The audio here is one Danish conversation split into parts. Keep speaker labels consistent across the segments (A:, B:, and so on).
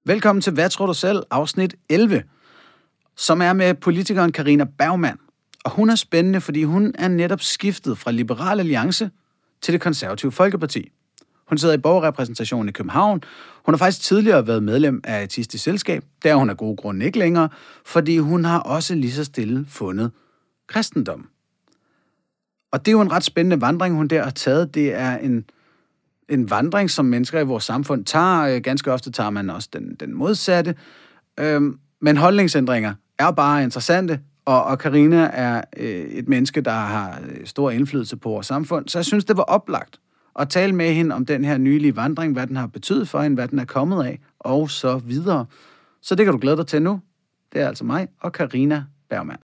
A: Velkommen til Hvad tror du selv? Afsnit 11, som er med politikeren Carina Bergmann. Og hun er spændende, fordi hun er netop skiftet fra Liberal Alliance til det konservative Folkeparti. Hun sidder i borgerrepræsentationen i København. Hun har faktisk tidligere været medlem af Etistisk Selskab. Der er hun af gode grunde ikke længere, fordi hun har også lige så stille fundet kristendom. Og det er jo en ret spændende vandring, hun der har taget. Det er en vandring, som mennesker i vores samfund tager. Ganske ofte tager man også den modsatte. Men holdningsændringer er bare interessante, og Carina er et menneske, der har stor indflydelse på vores samfund. Så jeg synes, det var oplagt at tale med hende om den her nylige vandring, hvad den har betydet for hende, hvad den er kommet af, og så videre. Så det kan du glæde dig til nu. Det er altså mig og Carina Bergmann.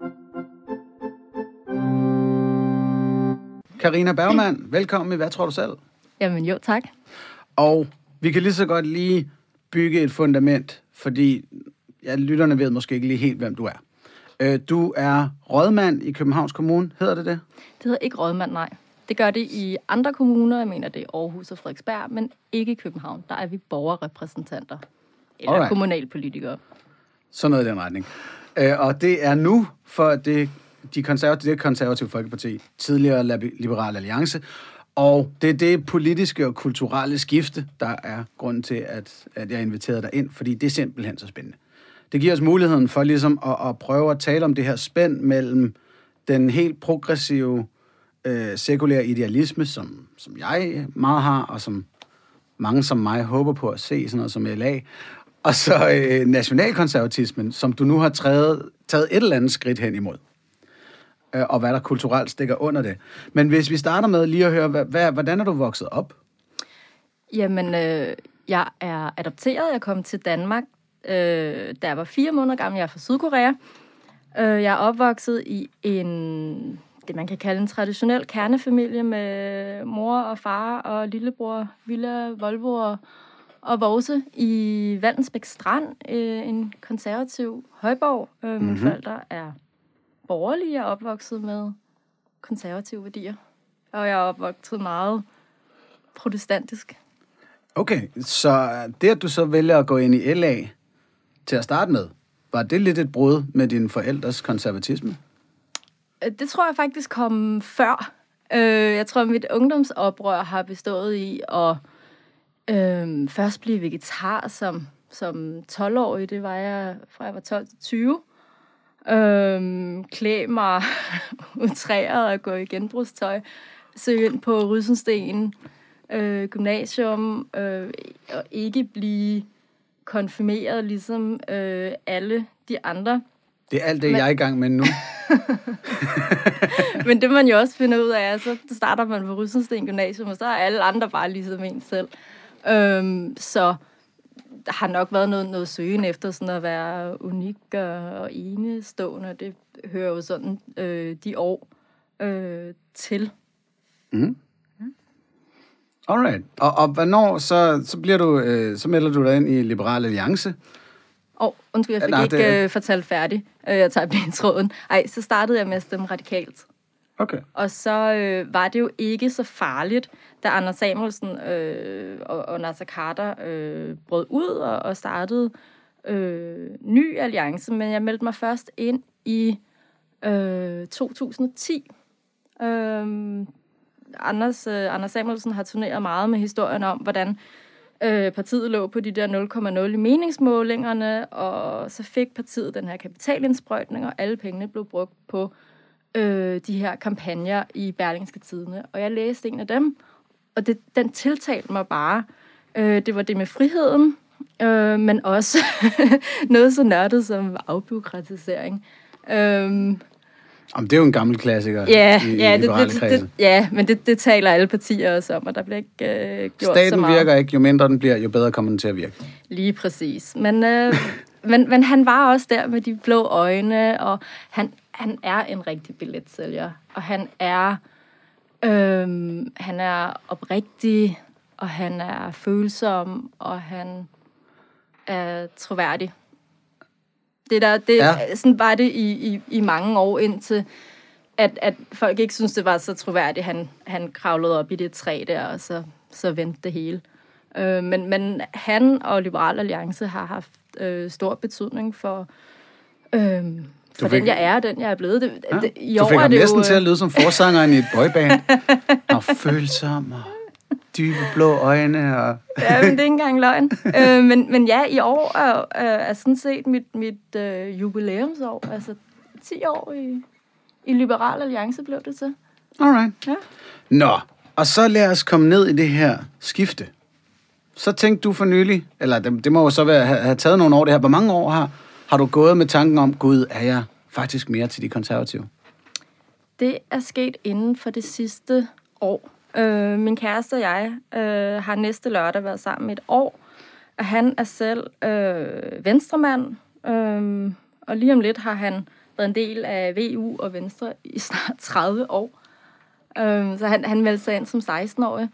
A: Carina Bergmann, velkommen i Hvad tror du selv?
B: Jamen jo, tak.
A: Og vi kan lige så godt lige bygge et fundament, fordi lytterne ved måske ikke lige helt, hvem du er. Du er rådmand i Københavns Kommune, hedder det det?
B: Det hedder ikke rådmand, nej. Det gør det i andre kommuner, jeg mener det er Aarhus og Frederiksberg, men ikke i København. Der er vi borgerrepræsentanter, eller kommunalpolitikere.
A: Sådan noget i den retning. Og det er nu for det konservative Folkeparti, tidligere Liberal Alliance, og det er det politiske og kulturelle skifte, der er grunden til, at jeg inviterede dig ind, fordi det er simpelthen så spændende. Det giver os muligheden for ligesom at prøve at tale om det her spænd mellem den helt progressive, sekulære idealisme, som jeg meget har, og som mange som mig håber på at se, sådan noget som LA, og så nationalkonservatismen, som du nu har taget et eller andet skridt hen imod. Og hvad der kulturelt stikker under det. Men hvis vi starter med lige at høre, hvordan er du vokset op?
B: Jamen, jeg er adopteret. Jeg kom til Danmark, da jeg var 4 måneder gammel. Jeg er fra Sydkorea. Jeg er opvokset i det man kan kalde en traditionel kernefamilie med mor og far og lillebror, Villa, Volvo og Vose i Vallensbæk Strand, en konservativ højborg. Mine forældre er borgerlige. Jeg er opvokset med konservative værdier. Og jeg er opvokset meget protestantisk.
A: Okay, så det, at du så vælger at gå ind i LA til at starte med, var det lidt et brud med dine forældres konservatisme?
B: Det tror jeg faktisk kom før. Jeg tror, at mit ungdomsoprør har bestået i at først blive vegetar som 12-årig. Det var jeg fra jeg var 12 til 20. Klæde mig utræret og gå i genbrugstøj, søge ind på Rysensten gymnasium, og ikke blive konfirmeret ligesom alle de andre.
A: Det er alt det, jeg er i gang med nu.
B: Men det man jo også finder ud af, så starter man på Rysensten gymnasium, og så er alle andre bare ligesom en selv. Så der har nok været noget søgen efter sådan at være unik og enestående. Det hører jo sådan de år til.
A: Mm. Alright. Og hvornår så bliver du så melder du dig ind i Liberal Alliance?
B: Undskyld, jeg fik ikke fortalt færdig. Jeg tager lige tråden. Så startede jeg med at stemme radikalt.
A: Okay.
B: Og så var det jo ikke så farligt, da Anders Samuelsen og Naser Khader brød ud og startede ny alliance. Men jeg meldte mig først ind i 2010. Anders Samuelsen har turneret meget med historien om, hvordan partiet lå på de der 0,0 i meningsmålingerne, og så fik partiet den her kapitalindsprøjtning, og alle pengene blev brugt på de her kampagner i Berlingske Tidende. Og jeg læste en af dem, og den tiltalte mig bare. Det var det med friheden, men også noget så nørdet som afbureaukratisering.
A: Det er jo en gammel klassiker i liberale kredse.
B: Men det taler alle partier også om, og der bliver ikke gjort
A: Staten
B: så meget.
A: Virker ikke, jo mindre den bliver, jo bedre kommer den til at virke.
B: Lige præcis. Men han var også der med de blå øjne, og han er en rigtig billetsælger, og han er oprigtig, og han er følsom, og han er troværdig. Sådan var det i mange år, indtil at folk ikke synes det var så troværdigt. Han kravlede op i det træ der, og så vendte det hele. Men han og Liberal Alliance har haft stor betydning for den jeg er blevet.
A: Du fik ham næsten til at lyde som forsangeren i et boyband. Og følsom og dybe blå øjne. Og
B: ja, men det er ikke engang løgn. Men ja, i år er sådan set mit jubilæumsår. Altså 10 år i Liberal Alliance blev det til.
A: Alright.
B: Ja.
A: Nå, og så lad os komme ned i det her skifte. Så tænkte du for nylig, eller det må jo så have taget nogle år det her. Hvor mange år har du gået med tanken om, Gud, er jeg faktisk mere til de konservative?
B: Det er sket inden for det sidste år. Min kæreste og jeg har næste lørdag været sammen et år. Og han er selv venstremand. Og lige om lidt har han været en del af VU og Venstre i snart 30 år. Så han meldte sig ind som 16-årig.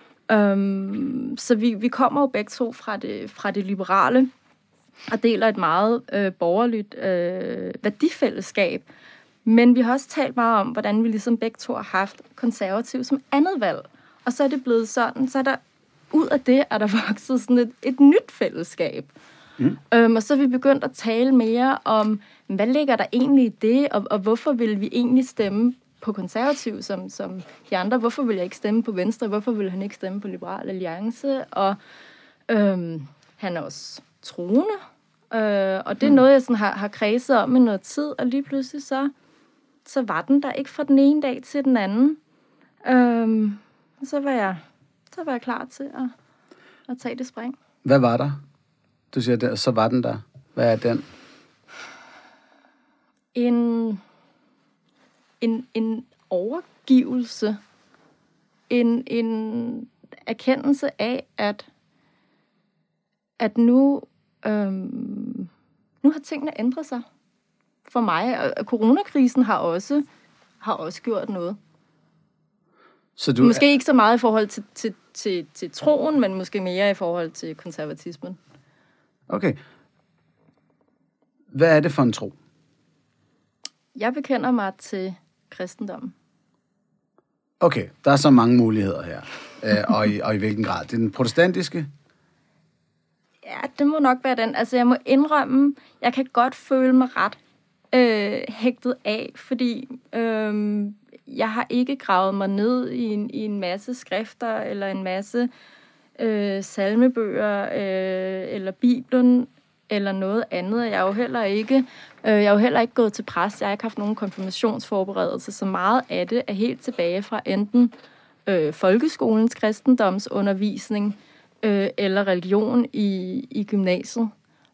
B: Så vi kommer jo begge to fra det liberale og deler et meget borgerligt værdifællesskab. Men vi har også talt meget om, hvordan vi ligesom begge to har haft konservativ som andet valg. Og så er det blevet sådan, så er der ud af det er der vokset sådan et nyt fællesskab. Og så er vi begyndt at tale mere om, hvad ligger der egentlig i det, og hvorfor vil vi egentlig stemme på konservativ som de andre? Hvorfor vil jeg ikke stemme på Venstre? Hvorfor vil han ikke stemme på Liberal Alliance? Og han er også troende. Og det er noget, jeg sådan har kredset om i noget tid, og lige pludselig så var den der ikke fra den ene dag til den anden. Så var jeg klar til at tage det spring.
A: Hvad var der? Du siger, der, så var den der. Hvad er den?
B: En overgivelse. En erkendelse af, at nu har tingene ændret sig for mig. Og coronakrisen har også gjort noget.
A: Så du
B: måske ikke så meget i forhold til troen, men måske mere i forhold til konservatismen.
A: Okay. Hvad er det for en tro?
B: Jeg bekender mig til kristendommen.
A: Okay, der er så mange muligheder her. Og i hvilken grad? Det er den protestantiske?
B: Ja, det må nok være den. Altså, jeg må indrømme, jeg kan godt føle mig ret hægtet af, fordi jeg har ikke gravet mig ned i en masse skrifter, eller en masse salmebøger, eller Bibelen, eller noget andet. Jeg er jo heller ikke gået til præst. Jeg har ikke haft nogen konfirmationsforberedelse, så meget af det er helt tilbage fra enten folkeskolens kristendomsundervisning, eller religion i gymnasiet.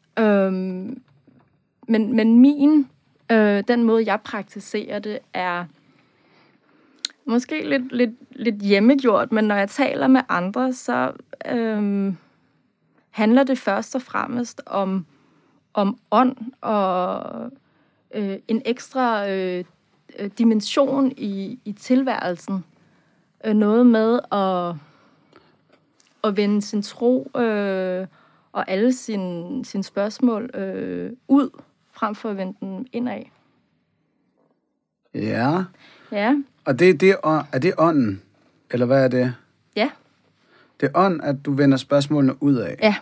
B: Men den måde, jeg praktiserer det, er måske lidt hjemmegjort, men når jeg taler med andre, så handler det først og fremmest om ånd og en ekstra dimension i tilværelsen. Noget med at vende sin tro og alle sine spørgsmål ud, frem for at vende dem indad.
A: Ja.
B: Ja.
A: Og er det ånden? Eller hvad er det?
B: Ja.
A: Det er ånd, at du vender spørgsmålene ud af?
B: Ja.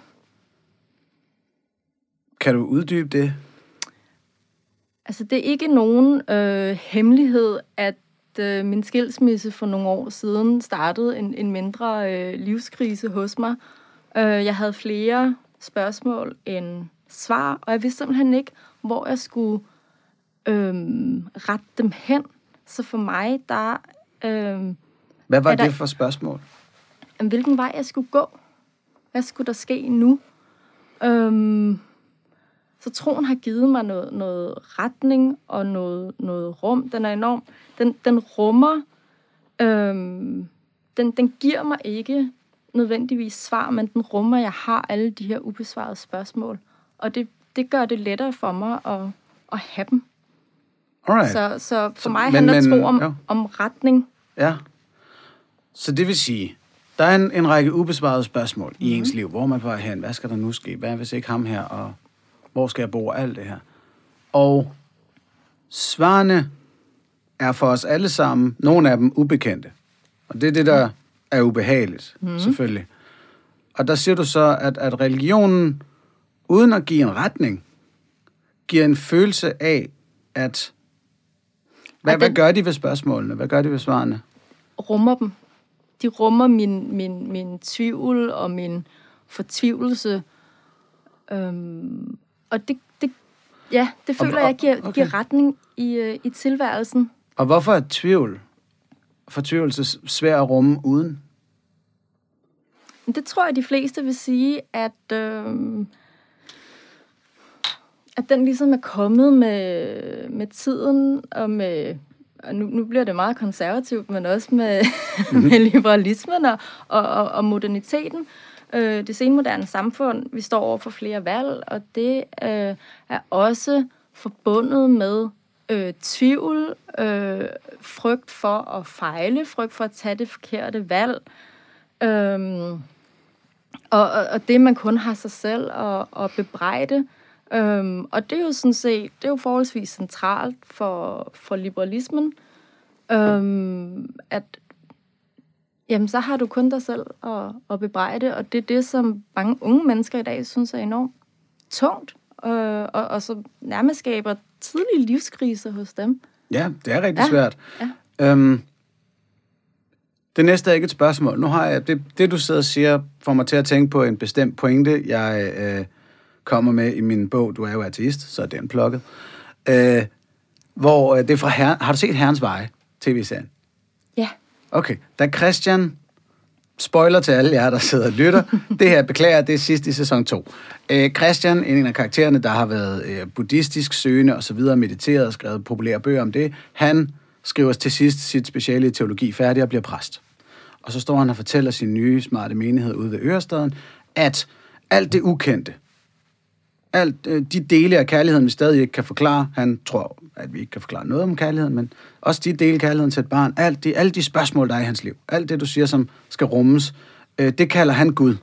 A: Kan du uddybe det?
B: Altså, det er ikke nogen hemmelighed, at min skilsmisse for nogle år siden startede en mindre livskrise hos mig. Jeg havde flere spørgsmål end svar, og jeg vidste simpelthen ikke, hvor jeg skulle rette dem hen. Så for mig, der...
A: Hvad var det for spørgsmål?
B: Hvilken vej jeg skulle gå? Hvad skulle der ske nu? Så troen har givet mig noget retning og noget rum. Den er enorm. Den rummer... Den giver mig ikke nødvendigvis svar, men den rummer, jeg har alle de her ubesvarede spørgsmål. Og det gør det lettere for mig at have dem.
A: Alright.
B: Så for mig handler tro om retning.
A: Ja. Så det vil sige, der er en række ubesvarede spørgsmål i ens liv. Hvor er man på vej hen? Hvad skal der nu ske? Hvad hvis ikke ham her? Og hvor skal jeg bo? Alt det her. Og svarene er for os alle sammen, nogle af dem ubekendte. Og det er det, der er ubehageligt, selvfølgelig. Og der siger du så, at religionen, uden at give en retning, giver en følelse af, at... Hvad gør de ved spørgsmålene? Hvad gør de ved svarene?
B: Rummer dem. De rummer min tvivl og min fortvivlelse. Og det føler jeg giver retning i tilværelsen.
A: Og hvorfor er fortvivlelse svær at rumme uden?
B: Det tror jeg, de fleste vil sige, at den ligesom er kommet med tiden, og nu bliver det meget konservativt, men også med liberalismen og moderniteten. Det senmoderne samfund, vi står over for flere valg, og det er også forbundet med tvivl, frygt for at fejle, frygt for at tage det forkerte valg, og det, man kun har sig selv at bebrejde. Og det er jo sådan set, det er jo forholdsvis centralt for liberalismen, at jamen, så har du kun dig selv at bebrejde, og det er det, som mange unge mennesker i dag synes er enormt tungt, og så nærmest skaber tidlige livskriser hos dem.
A: Ja, det er rigtig svært.
B: Ja.
A: Det næste er ikke et spørgsmål. Nu har jeg, det du sidder og siger, får mig til at tænke på en bestemt pointe, jeg kommer med i min bog. Du er jo ateist, så er den plukket. Hvor det er fra har du set Herrens Veje, tv-serien?
B: Ja.
A: Okay, da Christian, spoiler til alle jer, der sidder og lytter, det her, beklager, det er sidst i sæson 2. Christian, en af karaktererne, der har været buddhistisk søgende og så videre, mediteret og skrevet populære bøger om det, han skriver til sidst sit speciale i teologi færdig og bliver præst. Og så står han og fortæller sin nye smarte menighed ude ved Ørestaden, at alt det ukendte, alt de dele af kærligheden, vi stadig ikke kan forklare, han tror, at vi ikke kan forklare noget om kærligheden, men også de dele kærligheden til et barn, alle de spørgsmål, der er i hans liv, alt det, du siger, som skal rummes, det kalder han Gud.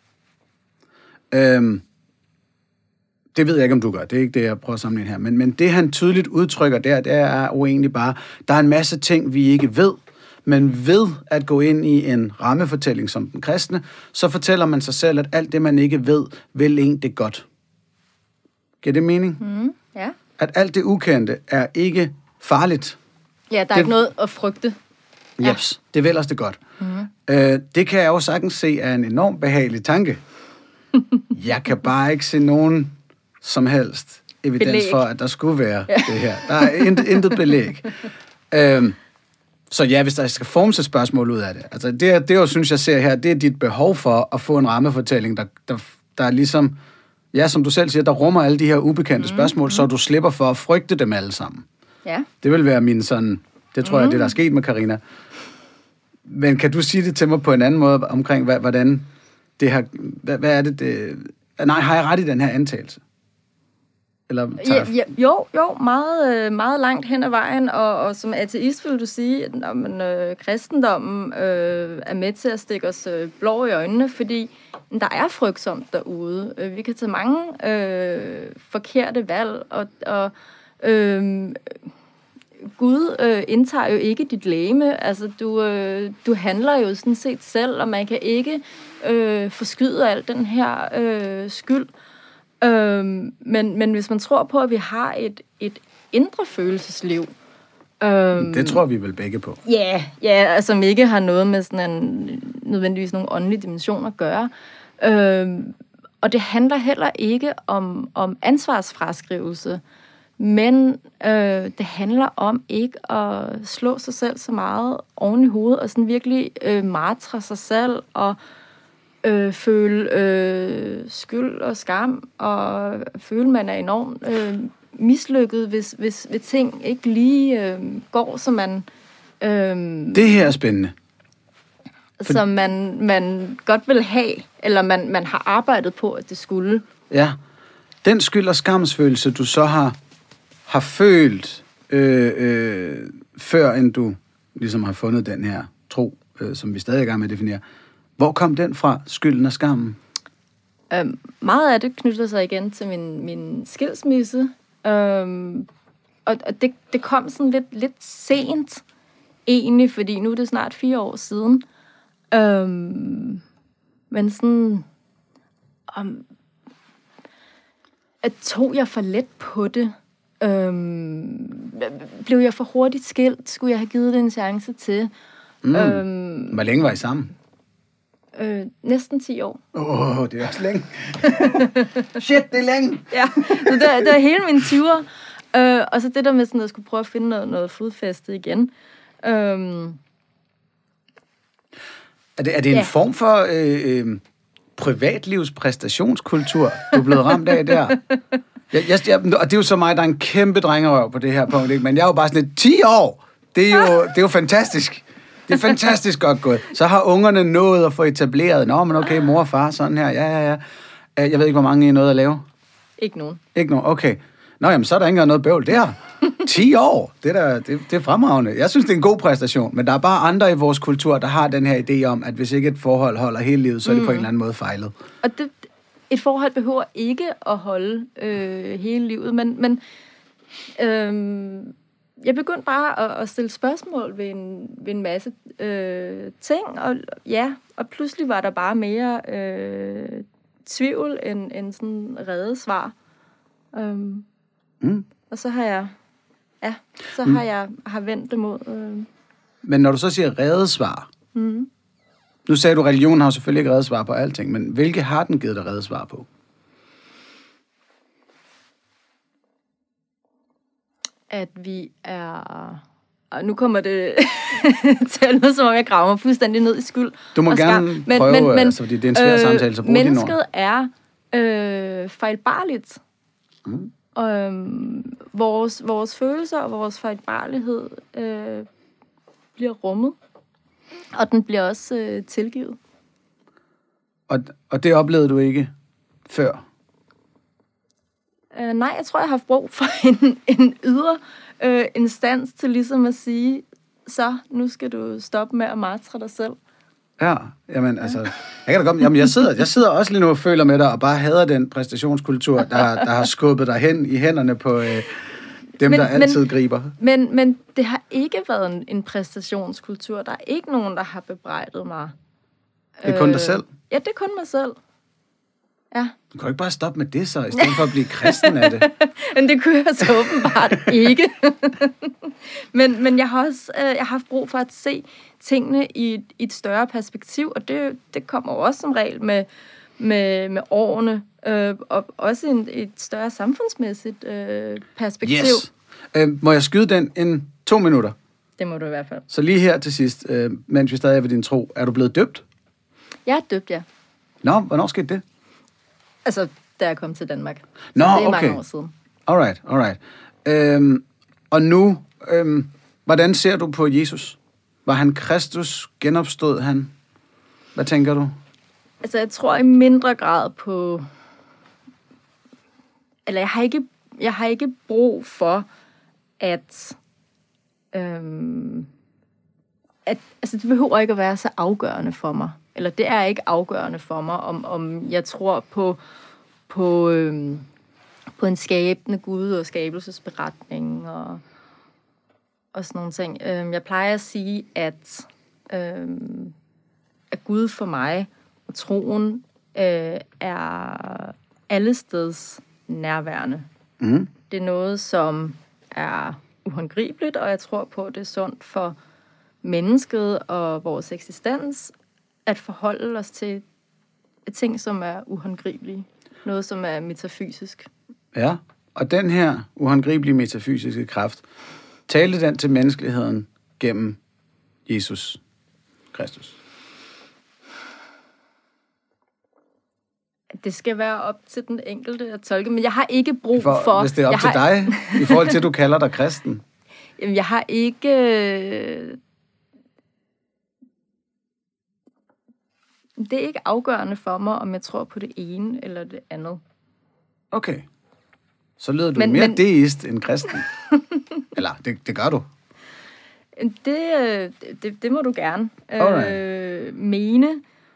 A: Det ved jeg ikke, om du gør. Det er ikke det, jeg prøver at sammenligne her. Men det, han tydeligt udtrykker der, det er jo egentlig bare, der er en masse ting, vi ikke ved, men ved at gå ind i en rammefortælling som den kristne, så fortæller man sig selv, at alt det, man ikke ved, vil en det godt. Giver det mening?
B: Ja.
A: At alt det ukendte er ikke farligt.
B: Ja, der er ikke noget at frygte.
A: Jeps, det vil os det godt. Det kan jeg jo sagtens se er en enormt behagelig tanke. Jeg kan bare ikke se nogen som helst evidens
B: belæg
A: for, at der skulle være det her. Der er intet belæg. Så ja, hvis der skal formes et spørgsmål ud af det. Altså det jeg synes, jeg ser her, det er dit behov for at få en rammefortælling, der er ligesom, ja, som du selv siger, der rummer alle de her ubekendte spørgsmål, så du slipper for at frygte dem alle sammen.
B: Ja.
A: Det vil være min sådan, det tror jeg, det der er sket med Karina. Men kan du sige det til mig på en anden måde, omkring hvordan det her, hvad er det, nej, har jeg ret i den her antagelse? Eller
B: Jo, meget, meget langt hen ad vejen, og som ateist vil du sige, at kristendommen er med til at stikke os blå i øjnene, fordi der er frygtsomt derude. Vi kan tage mange forkerte valg, og Gud indtager jo ikke dit legeme. Altså, du handler jo sådan set selv, og man kan ikke forskyde al den her skyld. Men hvis man tror på, at vi har et indre følelsesliv...
A: det tror vi vel begge på.
B: Ja, som ikke har noget med sådan nødvendigvis nogle åndelige dimensioner at gøre. Og det handler heller ikke om ansvarsfraskrivelse, men det handler om ikke at slå sig selv så meget oven i hovedet, og sådan virkelig martre sig selv, og føle skyld og skam, og føle, man er enormt mislykket, hvis ting ikke lige går, som man...
A: det her er spændende.
B: Som man godt vil have, eller man har arbejdet på, at det skulle.
A: Ja. Den skyld og skamsfølelse, du så har følt, før end du ligesom har fundet den her tro, som vi stadig er i gang med at definere. Hvor kom den fra, skylden og skammen?
B: Meget af det knytter sig igen til min skilsmisse. Og det kom sådan lidt sent, egentlig, fordi nu er det snart 4 år siden. Men sådan... at tog jeg for let på det? Blev jeg for hurtigt skilt? Skulle jeg have givet det en chance til?
A: Hvor længe var I sammen?
B: Næsten 10 år.
A: Det er også længe. Shit, det er længe.
B: Ja, det er hele mine 20'er. Og så det der med sådan, at jeg skulle prøve at finde noget fodfæste igen.
A: Er det en form for privatlivspræstationskultur, du er blevet ramt af der? Og det er jo så mig, der er en kæmpe drengerøv på det her punkt, ikke? Men jeg er jo bare sådan 10 år. Det er jo fantastisk. Det er fantastisk godt gået. Så har ungerne nået at få etableret. Nå, men okay, mor og far, sådan her. Ja. Jeg ved ikke, hvor mange I er nået at lave.
B: Ikke nogen.
A: Ikke nogen, okay. Nå, jamen, så er der ikke engang noget bøvl der. 10 år, det er fremragende. Jeg synes, det er en god præstation, men der er bare andre i vores kultur, der har den her idé om, at hvis ikke et forhold holder hele livet, så er det på en eller anden måde fejlet.
B: Og et forhold behøver ikke at holde hele livet, men jeg begyndte bare at stille spørgsmål ved en masse ting, og pludselig var der bare mere tvivl end sådan rede svar. Og så har jeg har vendt det mod...
A: Men når du så siger redesvar, nu sagde du, at religion har selvfølgelig ikke redesvar på alting, men hvilke har den givet dig redesvar på?
B: At vi er... Og nu kommer det til at lyde, som om jeg graver mig fuldstændig ned i skyld.
A: Du må gerne prøve, altså, fordi det er en svær samtale, så brug dine ord.
B: Mennesket er fejlbarligt. Og vores følelser og vores fejlbarlighed bliver rummet, og den bliver også tilgivet.
A: Og det oplevede du ikke før?
B: Nej, jeg tror, jeg har haft brug for en ydre instans til ligesom at sige, så nu skal du stoppe med at martre dig selv.
A: Ja, jamen altså, jeg kan da godt, jamen jeg sidder også lige nu og føler med dig, og bare hader den præstationskultur, der har skubbet dig hen i hænderne på dem, der altid griber.
B: Men det har ikke været en præstationskultur. Der er ikke nogen, der har bebrejdet mig.
A: Det er kun dig selv?
B: Ja, det er kun mig selv. Ja.
A: Du kan jo ikke bare stoppe med det så, i stedet for at blive kristen af det.
B: Men det kunne jeg så åbenbart ikke. men jeg har også jeg har haft brug for at se tingene i et større perspektiv, og det kommer også som regel med årene, og også et større samfundsmæssigt perspektiv.
A: Yes. Må jeg skyde den 2 minutter?
B: Det må du i hvert fald.
A: Så lige her til sidst, mens vi stadig er ved din tro, er du blevet døbt?
B: Jeg er døbt, ja.
A: Nå, hvornår skete det?
B: Altså, da jeg kom til Danmark.
A: Nå,
B: det er
A: okay.
B: mange år siden.
A: Alright. Og nu, hvordan ser du på Jesus? Var han Kristus? Genopstod han? Hvad tænker du?
B: Altså, jeg tror i mindre grad på... Eller jeg har ikke brug for, at altså, det behøver ikke at være så afgørende for mig. Eller det er ikke afgørende for mig, om jeg tror på en skabende Gud og skabelsesberetning og sådan nogle ting. Jeg plejer at sige, at Gud for mig og troen er allesteds nærværende.
A: Mm.
B: Det er noget, som er uhåndgribeligt, og jeg tror på, at det er sundt for mennesket og vores eksistens at forholde os til ting, som er uhåndgribelige. Noget, som er metafysisk.
A: Ja, og den her uhåndgribelige metafysiske kraft, talte den til menneskeligheden gennem Jesus Kristus?
B: Det skal være op til den enkelte at tolke, men jeg har ikke brug for...
A: Hvis det er op til dig, i forhold til, at du kalder dig kristen?
B: Jamen, jeg har ikke... Det er ikke afgørende for mig, om jeg tror på det ene eller det andet.
A: Okay. Så lyder du mere deist end kristen. Eller, det gør du.
B: Det må du gerne mene.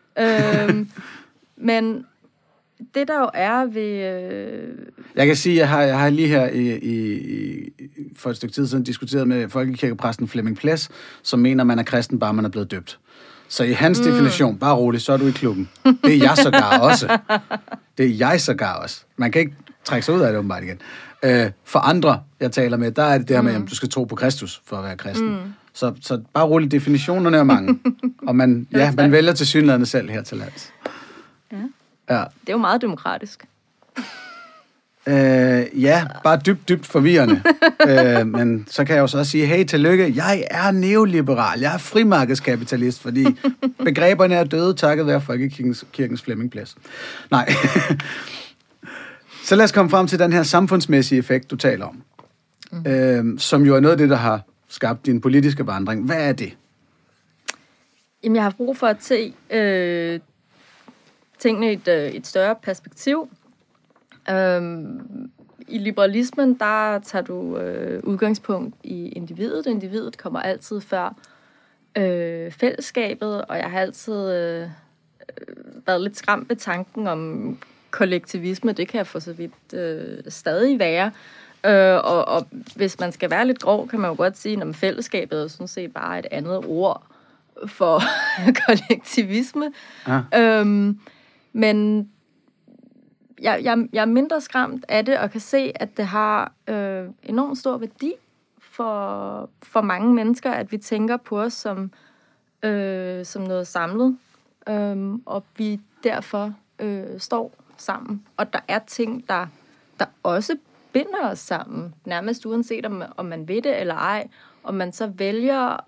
B: Men det der jo er ved...
A: Jeg kan sige, at jeg har lige her for et stykke tid siden diskuteret med folkekirkepræsten Flemming Ples, som mener, man er kristen, bare man er blevet døbt. Så i hans definition, bare roligt, så er du i klubben. Det er jeg sågar også. Det er jeg sågar også. Man kan ikke trække sig ud af det åbenbart igen. For andre, jeg taler med, der er det der med, at du skal tro på Kristus for at være kristen. Så bare roligt, definitionerne er mange. Og man vælger til synlædende selv her til lands.
B: Ja. Det er jo meget demokratisk.
A: Bare dybt forvirrende. Men så kan jeg jo så også sige, hey, tillykke, jeg er neoliberal, jeg er frimarkedskapitalist, fordi begreberne er døde takket være Folkekirkens Flemmingplads. Nej. Så lad os komme frem til den her samfundsmæssige effekt, du taler om. Som jo er noget af det, der har skabt din politiske vandring. Hvad er det?
B: Jamen, jeg har brug for at se tingene i et større perspektiv. I liberalismen, der tager du udgangspunkt i individet. Individet kommer altid før fællesskabet, og jeg har altid været lidt skræmt ved tanken om kollektivisme. Det kan jeg for så vidt stadig være. Og hvis man skal være lidt grov, kan man jo godt sige, at fællesskabet er sådan set bare et andet ord for kollektivisme. Men jeg er mindre skræmt af det, og kan se, at det har enormt stor værdi for mange mennesker, at vi tænker på os som noget samlet, og vi derfor står sammen. Og der er ting, der også binder os sammen, nærmest uanset om man ved det eller ej, og man så vælger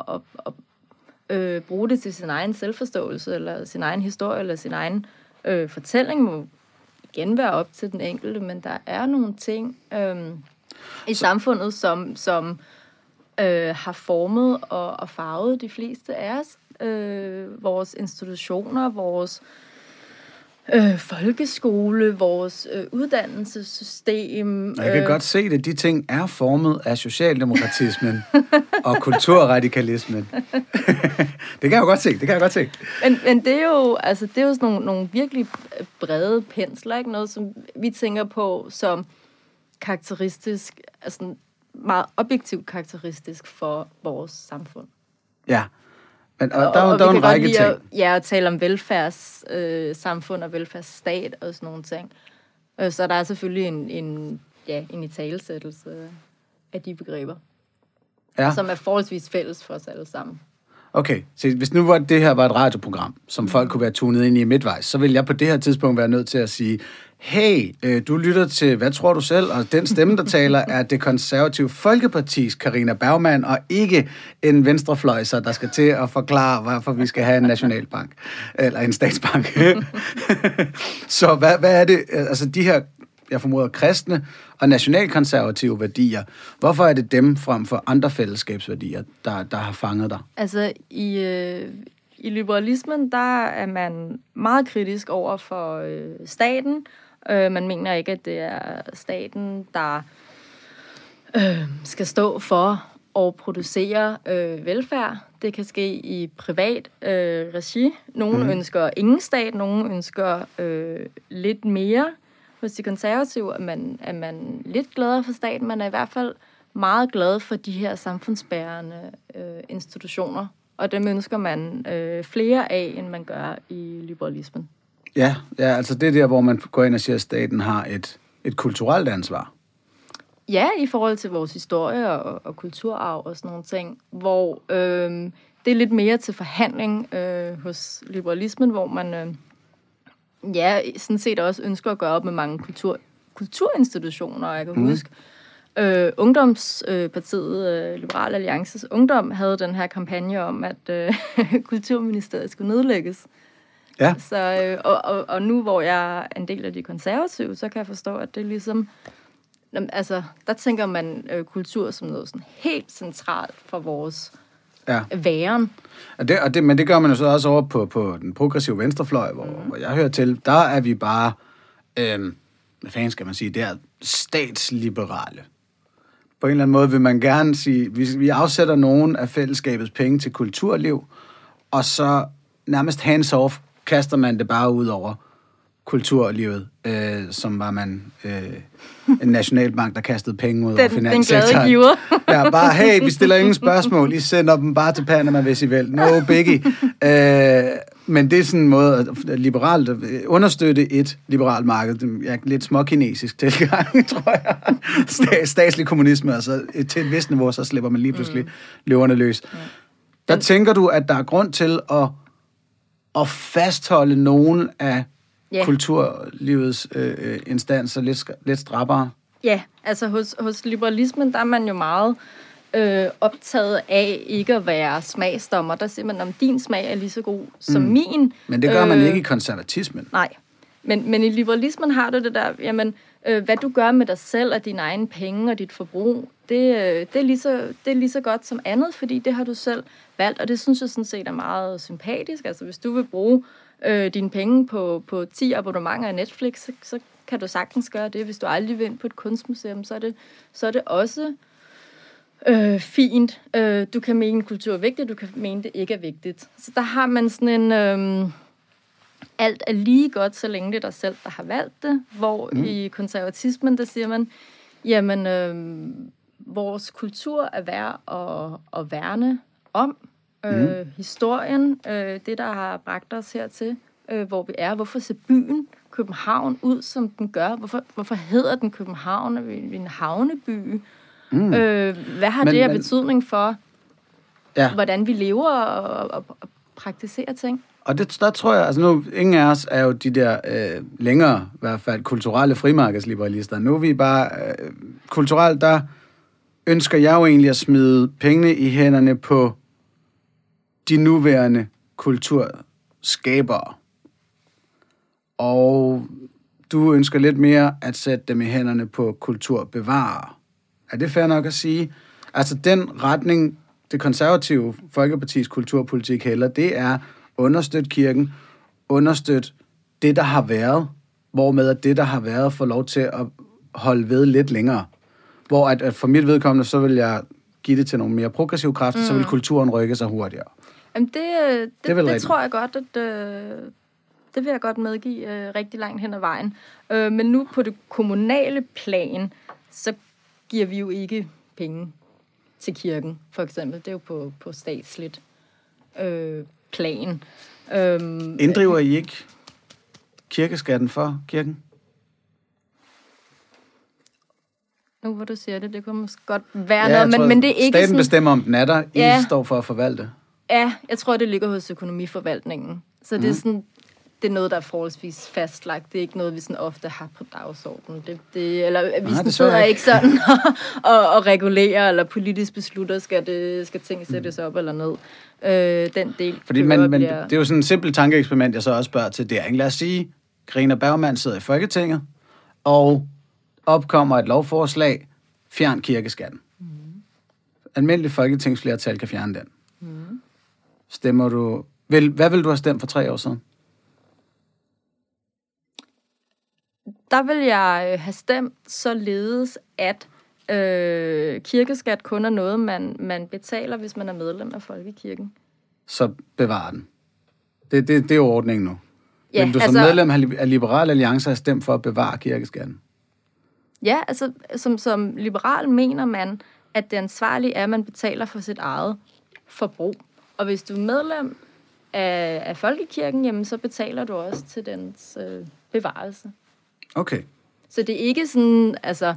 B: at bruge det til sin egen selvforståelse, eller sin egen historie, eller sin egen fortælling, må igen være op til den enkelte, men der er nogle ting i samfundet, som har formet og farvet de fleste af os. Vores institutioner, vores folkeskole, vores uddannelsessystem.
A: Jeg kan godt se det. De ting er formet af socialdemokratismen og kulturradikalismen. Det kan jeg godt se.
B: Men det er jo, det er jo sådan nogle virkelig brede pensler, ikke? Noget, som vi tænker på som karakteristisk, altså meget objektivt karakteristisk for vores samfund.
A: Ja. Men, og der er en række ting.
B: At tale om velfærdssamfund og velfærdsstat og sådan nogle ting. Så der er selvfølgelig en italesættelse af de begreber, som er forholdsvis fælles for os alle sammen.
A: Okay, så hvis nu det her var et radioprogram, som folk kunne være tunet ind i midtvejs, så vil jeg på det her tidspunkt være nødt til at sige, hey, du lytter til, hvad tror du selv? Og den stemme, der taler, er Det Konservative Folkepartis Carina Bergmann, og ikke en venstrefløjser, der skal til at forklare, hvorfor vi skal have en nationalbank, eller en statsbank. Så hvad er det, altså de her, jeg formoder, kristne og nationalkonservative værdier, hvorfor er det dem frem for andre fællesskabsværdier, der har fanget dig?
B: Altså i liberalismen, der er man meget kritisk over for staten. Man mener ikke, at det er staten, der skal stå for at producere velfærd. Det kan ske i privat regi. Nogle ønsker ingen stat, nogle ønsker lidt mere. Hos de konservative er man lidt gladere for staten. Man er i hvert fald meget glad for de her samfundsbærende institutioner. Og dem ønsker man flere af, end man gør i liberalismen.
A: Ja, altså det er der, hvor man går ind og siger, at staten har et kulturelt ansvar.
B: Ja, i forhold til vores historie og kulturarv og sådan nogle ting, hvor det er lidt mere til forhandling hos liberalismen, hvor man sådan set også ønsker at gøre op med mange kulturinstitutioner. Jeg kan huske, Ungdomspartiet, Liberal Alliances Ungdom, havde den her kampagne om, at Kulturministeriet skulle nedlægges.
A: Ja.
B: Så, og nu, hvor jeg er en del af de konservative, så kan jeg forstå, at det er ligesom, altså, der tænker man kultur som noget sådan helt centralt for vores væren.
A: Men det gør man jo så også over på den progressive venstrefløj, hvor jeg hører til. Der er vi bare, hvad fanden skal man sige, det er statsliberale. På en eller anden måde vil man gerne sige, vi afsætter nogen af fællesskabets penge til kulturliv, og så nærmest hands-off kaster man det bare ud over kulturlivet, som var man en nationalbank, der kastede penge ud over
B: Den
A: finanssektoren.
B: glade giver.
A: Ja, bare, hey, vi stiller ingen spørgsmål, I sender dem bare til Panama, hvis I vil. No biggie. Men det er sådan en måde at liberalt understøtte et liberalt marked. Jeg er lidt småkinesisk tilgang, tror jeg. Statslig kommunisme, altså til et vist niveau, så slipper man lige pludselig løverne løs. Der tænker du, at der er grund til at fastholde nogle af kulturlivets instanser lidt skrappere?
B: Ja, altså hos liberalismen, der er man jo meget optaget af ikke at være smagsdommer. Der siger man, om din smag er lige så god som min.
A: Men det gør man ikke i konservatismen.
B: Nej, men i liberalismen har du det der, jamen, hvad du gør med dig selv og dine egne penge og dit forbrug, det er lige så godt som andet, fordi det har du selv valgt, og det synes jeg sådan set er meget sympatisk. Altså hvis du vil bruge dine penge på 10 abonnementer af Netflix, så kan du sagtens gøre det. Hvis du aldrig vil ind på et kunstmuseum, så er det også fint. Du kan mene, kultur er vigtigt, du kan mene, det ikke er vigtigt. Så der har man sådan en... alt er lige godt, så længe det er dig selv, der har valgt det. Hvor i konservatismen, der siger man, jamen, vores kultur er værd at værne om. Historien, det, der har bragt os hertil, hvor vi er. Hvorfor ser byen København ud, som den gør? Hvorfor hedder den København? Er vi en havneby? Hvad har det af betydning for, hvordan vi lever og praktiserer ting?
A: Og der tror jeg, altså nu, ingen af os er jo de der længere, i hvert fald kulturelle frimarkedsliberalister. Nu er vi bare, kulturelt, der ønsker jeg jo egentlig at smide pengene i hænderne på de nuværende kulturskabere. Og du ønsker lidt mere at sætte dem i hænderne på kulturbevarere. Er det fair nok at sige? Altså den retning, det konservative Folkepartis kulturpolitik hælder, det er understøtte kirken, understøtte det, der har været, hvormed at det, der har været, får lov til at holde ved lidt længere. Hvor at for mit vedkommende, så vil jeg give det til nogle mere progressive kræfter, så vil kulturen rykke sig hurtigere.
B: Jamen det tror jeg godt, at det vil jeg godt medgive rigtig langt hen ad vejen. Men nu på det kommunale plan, så giver vi jo ikke penge til kirken, for eksempel. Det er jo på statsligt plan.
A: Inddriver I ikke kirkeskatten for kirken?
B: Nu hvor du siger det kunne måske godt være noget, men det er ikke
A: staten
B: sådan...
A: bestemmer, om den er der. I står for at forvalte.
B: Ja, jeg tror, det ligger hos økonomiforvaltningen. Så det er sådan... Det er noget, der er forholdsvis fastlagt. Det er ikke noget, vi sådan ofte har på dagsordenen. Vi sidder ikke sådan og regulerer, eller politisk beslutter, skal ting sættes op eller ned. Den del...
A: Fordi men det er jo sådan en simpel tankeeksperiment, jeg så også spørger til. Det er, lad os sige, Karina Bergmann sidder i Folketinget, og opkommer et lovforslag, fjern kirkeskatten. Almindelig folketingsflertal kan fjerne den. Stemmer du... Hvad vil du have stemt for 3 år siden?
B: Der vil jeg have stemt således, at kirkeskat kun er noget, man betaler, hvis man er medlem af folkekirken.
A: Så bevarer den. Det er jo ordningen nu.
B: Ja,
A: vil du som medlem af Liberal Alliance have stemt for at bevare kirkeskatten?
B: Ja, altså som liberal mener man, at det ansvarlige er, at man betaler for sit eget forbrug. Og hvis du er medlem af folkekirken, jamen, så betaler du også til dens bevarelse.
A: Okay.
B: Så det er ikke sådan, altså,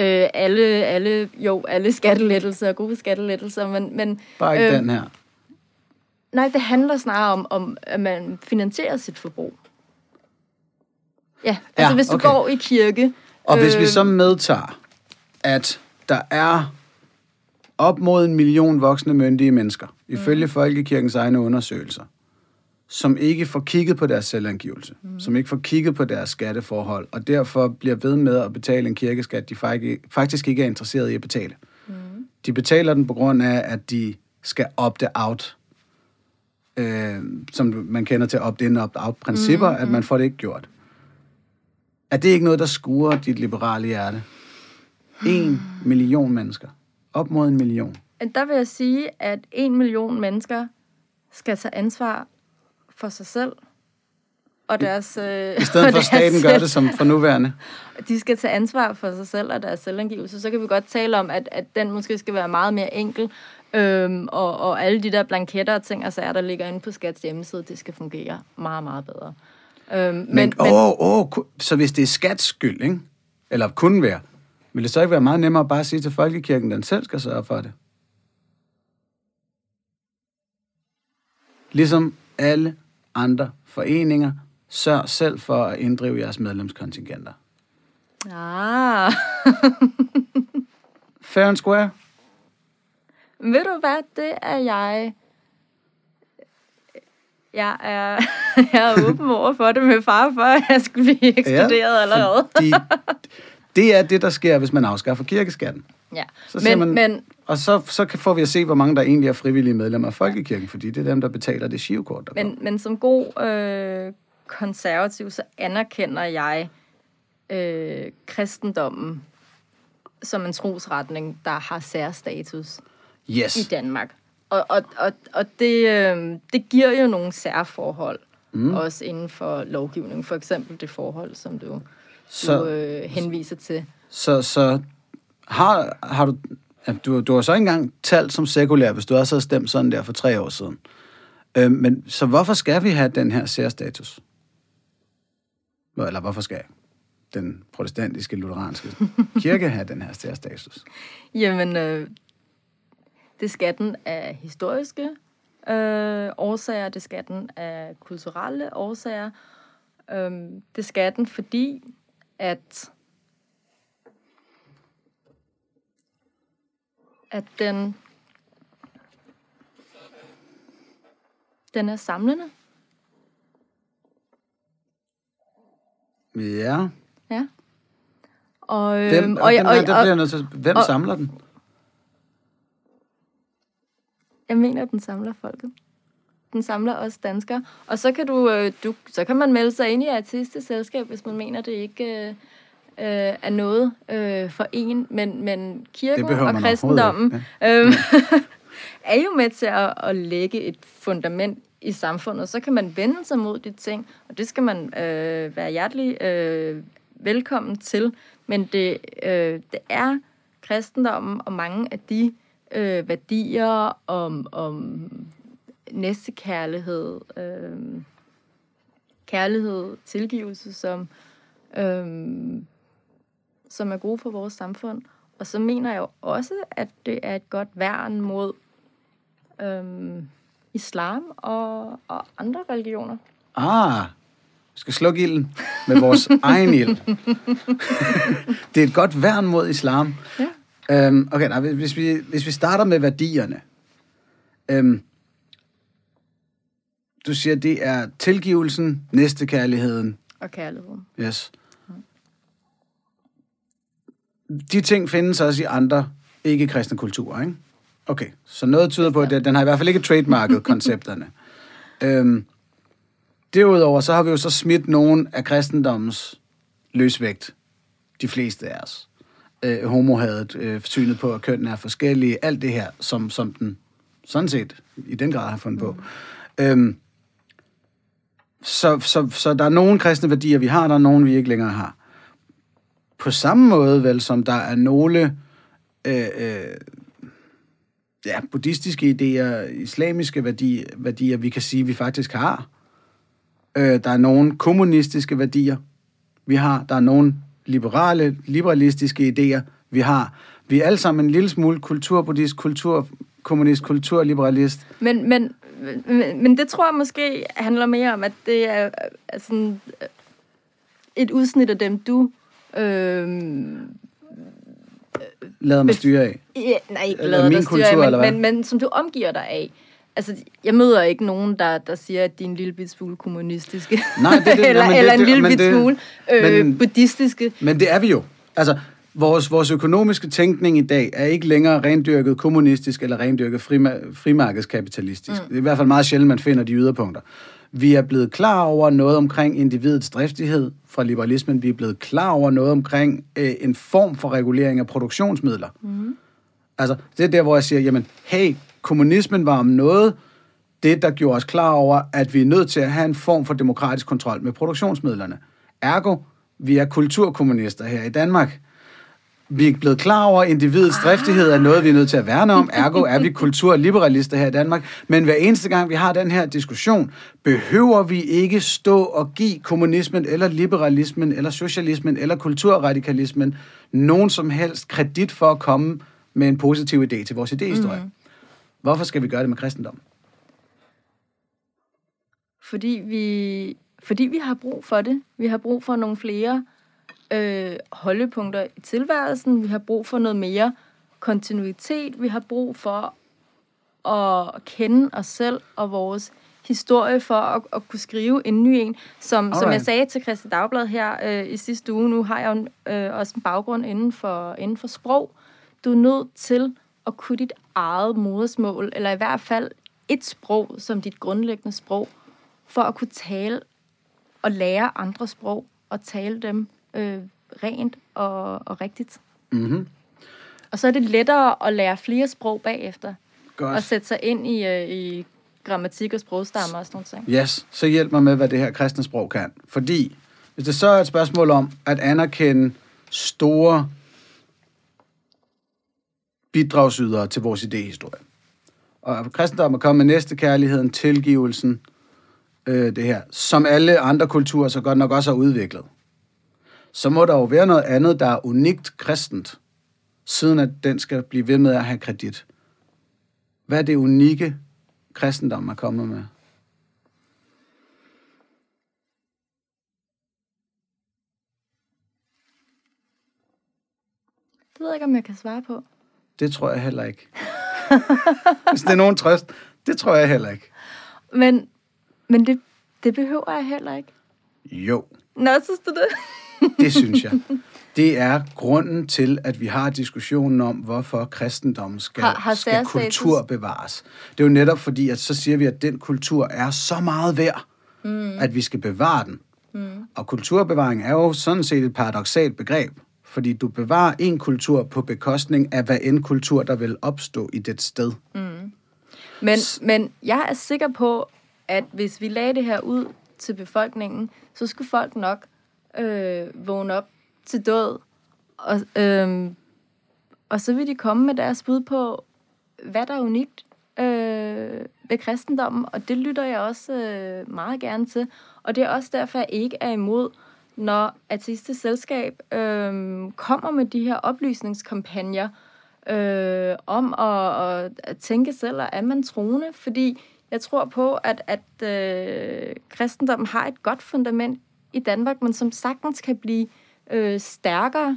B: alle skattelettelser er gode skattelettelser, men
A: bare ikke den her.
B: Nej, det handler snarere om at man finansierer sit forbrug. Ja, altså hvis du går i kirke...
A: Og hvis vi så medtager, at der er op mod 1 million voksne myndige mennesker, ifølge Folkekirkens egne undersøgelser, som ikke får kigget på deres selvangivelse, som ikke får kigget på deres skatteforhold, og derfor bliver ved med at betale en kirkeskat, de faktisk ikke er interesseret i at betale. De betaler den på grund af, at de skal opt-out, som man kender til opt-in og opt-out-principper, at man får det ikke gjort. Er det ikke noget, der skuer dit liberale hjerte? 1 million mennesker. Op mod 1 million.
B: Der vil jeg sige, at 1 million mennesker skal tage ansvar for sig selv. og deres...
A: I stedet for at staten gør det som for nuværende.
B: De skal tage ansvar for sig selv og deres selvangivelse. Så kan vi godt tale om, at den måske skal være meget mere enkel, og alle de der blanketter og ting og sager, der ligger inde på Skats hjemmeside, det skal fungere meget, meget bedre.
A: Så hvis det er Skats skyld, ikke? Eller kunne være, vil det så ikke være meget nemmere at bare sige til Folkekirken, at den selv skal sørge for det? Ligesom alle andre foreninger, sørg selv for at inddrive jeres medlemskontingenter. Fair and square?
B: Ved du hvad, det er jeg... Jeg er åben over for det med far for, at jeg skulle blive ekskluderet allerede.
A: Det er det, der sker, hvis man afskaffer kirkeskatten.
B: Ja,
A: og så får vi at se, hvor mange der egentlig er frivillige medlemmer af Folkekirken, fordi det er dem, der betaler det girokort.
B: Men som god konservativ, så anerkender jeg kristendommen som en trosretning, der har særstatus i Danmark. Og det giver jo nogle særforhold, også inden for lovgivning. For eksempel det forhold, som du henviser til.
A: Så har du har så ikke engang talt som sekulær, hvis du også havde stemt sådan der for 3 år siden. Men så hvorfor skal vi have den her særstatus? Eller hvorfor skal den protestantiske, lutheranske kirke have den her særstatus?
B: Jamen, det skal den af historiske årsager, det skal den af kulturelle årsager. Det skal den, fordi at den er samlende.
A: Ja.
B: Ja.
A: Hvem samler den?
B: Jeg mener, den samler folket. Den samler os danskere. Og så kan så kan man melde sig ind i artistisk selskab, hvis man mener, det ikke er noget for en. Men kirken og kristendommen er jo med til at lægge et fundament i samfundet. Så kan man vende sig mod de ting, og det skal man være hjertelig velkommen til. Men det er kristendommen og mange af de værdier om næstekærlighed, kærlighed, tilgivelse, som er gode for vores samfund. Og så mener jeg jo også, at det er et godt værn mod islam og andre religioner.
A: Vi skal slukke ilden med vores egen ild. Det er et godt værn mod islam.
B: Ja.
A: Hvis vi starter med værdierne. Du siger, det er tilgivelsen, næstekærligheden.
B: Og kærligheden.
A: Yes. De ting findes også i andre ikke-kristne kulturer, ikke? Okay, så noget tyder på, at den har i hvert fald ikke trademarket koncepterne. Derudover, så har vi jo så smidt nogen af kristendommens løsvægt. De fleste af os. Homohadet, synet på, at kønnene er forskellige, alt det her, som den sådan set i den grad har fundet på. Så der er nogle kristne værdier, vi har, der er nogle, vi ikke længere har. På samme måde, vel, som der er nogle buddhistiske idéer, islamiske værdier, vi kan sige, vi faktisk har. Der er nogle kommunistiske værdier, vi har. Der er nogle liberalistiske idéer, vi har. Vi er alle sammen en lille smule kulturbuddhist, kulturkommunist, kulturliberalist.
B: Men det tror jeg måske handler mere om, at det er sådan et udsnit af dem, du
A: lader mig styre af.
B: Nej, ikke lader dig styre af, men som du omgiver dig af. Altså, jeg møder ikke nogen, der siger, at de er en lille bit smule kommunistiske.
A: Nej,
B: eller en lille bit smule buddhistiske.
A: Men det er vi jo. Altså, vores økonomiske tænkning i dag er ikke længere rendyrket kommunistisk eller rendyrket frimarkedskapitalistisk. Det er i hvert fald meget sjældent, man finder de yderpunkter. Vi er blevet klar over noget omkring individets driftighed fra liberalismen. Vi er blevet klar over noget omkring en form for regulering af produktionsmidler. Altså, det er der, hvor jeg siger, jamen, hey, kommunismen var om noget det, der gjorde os klar over, at vi er nødt til at have en form for demokratisk kontrol med produktionsmidlerne. Ergo, vi er kulturkommunister her i Danmark. Vi er blevet klar over, at individets driftighed er noget, vi er nødt til at værne om. Ergo er vi kulturliberalister her i Danmark. Men hver eneste gang, vi har den her diskussion, behøver vi ikke stå og give kommunismen, eller liberalismen, eller socialismen, eller kulturradikalismen nogen som helst kredit for at komme med en positiv idé til vores idéhistorie. Hvorfor skal vi gøre det med kristendom?
B: Fordi vi har brug for det. Vi har brug for nogle flere holdepunkter i tilværelsen. Vi har brug for noget mere kontinuitet. Vi har brug for at kende os selv og vores historie for at kunne skrive en ny en. Som jeg sagde til Kristeligt Dagblad her i sidste uge, nu har jeg jo også en baggrund inden for sprog. Du er nødt til at kunne dit eget modersmål, eller i hvert fald et sprog som dit grundlæggende sprog, for at kunne tale og lære andre sprog og tale dem rent og rigtigt.
A: Mm-hmm.
B: Og så er det lettere at lære flere sprog bagefter.
A: Godt.
B: Og sætte sig ind i grammatik og sprogstammer og sådan noget ting.
A: Yes, så hjælp mig med, hvad det her kristne sprog kan. Fordi hvis det så er et spørgsmål om at anerkende store bidragsydere til vores idéhistorie, og kristendom er kommet med næstekærligheden, tilgivelsen, det her, som alle andre kulturer så godt nok også har udviklet, så må der jo være noget andet, der er unikt kristent, siden at den skal blive ved med at have kredit. Hvad er det unikke, kristendom er kommet med?
B: Det ved jeg ikke, om jeg kan svare på.
A: Det tror jeg heller ikke. Hvis det er nogen trøst, det tror jeg heller ikke.
B: Men det behøver jeg heller ikke.
A: Jo.
B: Nå, synes du det?
A: Det synes jeg. Det er grunden til, at vi har diskussionen om, hvorfor kristendommen skal kultur bevares. Det er jo netop fordi, at så siger vi, at den kultur er så meget værd, at vi skal bevare den. Og kulturbevaring er jo sådan set et paradoksalt begreb, fordi du bevarer en kultur på bekostning af hvad end kultur, der vil opstå i det sted.
B: Men jeg er sikker på, at hvis vi lagde det her ud til befolkningen, så skulle folk nok vågne op til død, og så vil de komme med deres bud på, hvad der er unikt ved kristendommen, og det lytter jeg også meget gerne til. Og det er også derfor, jeg ikke er imod, når Ateistisk Selskab kommer med de her oplysningskampagner om at tænke selv, og er man troende, fordi jeg tror på, at kristendommen har et godt fundament i Danmark, men som sagtens kan blive stærkere.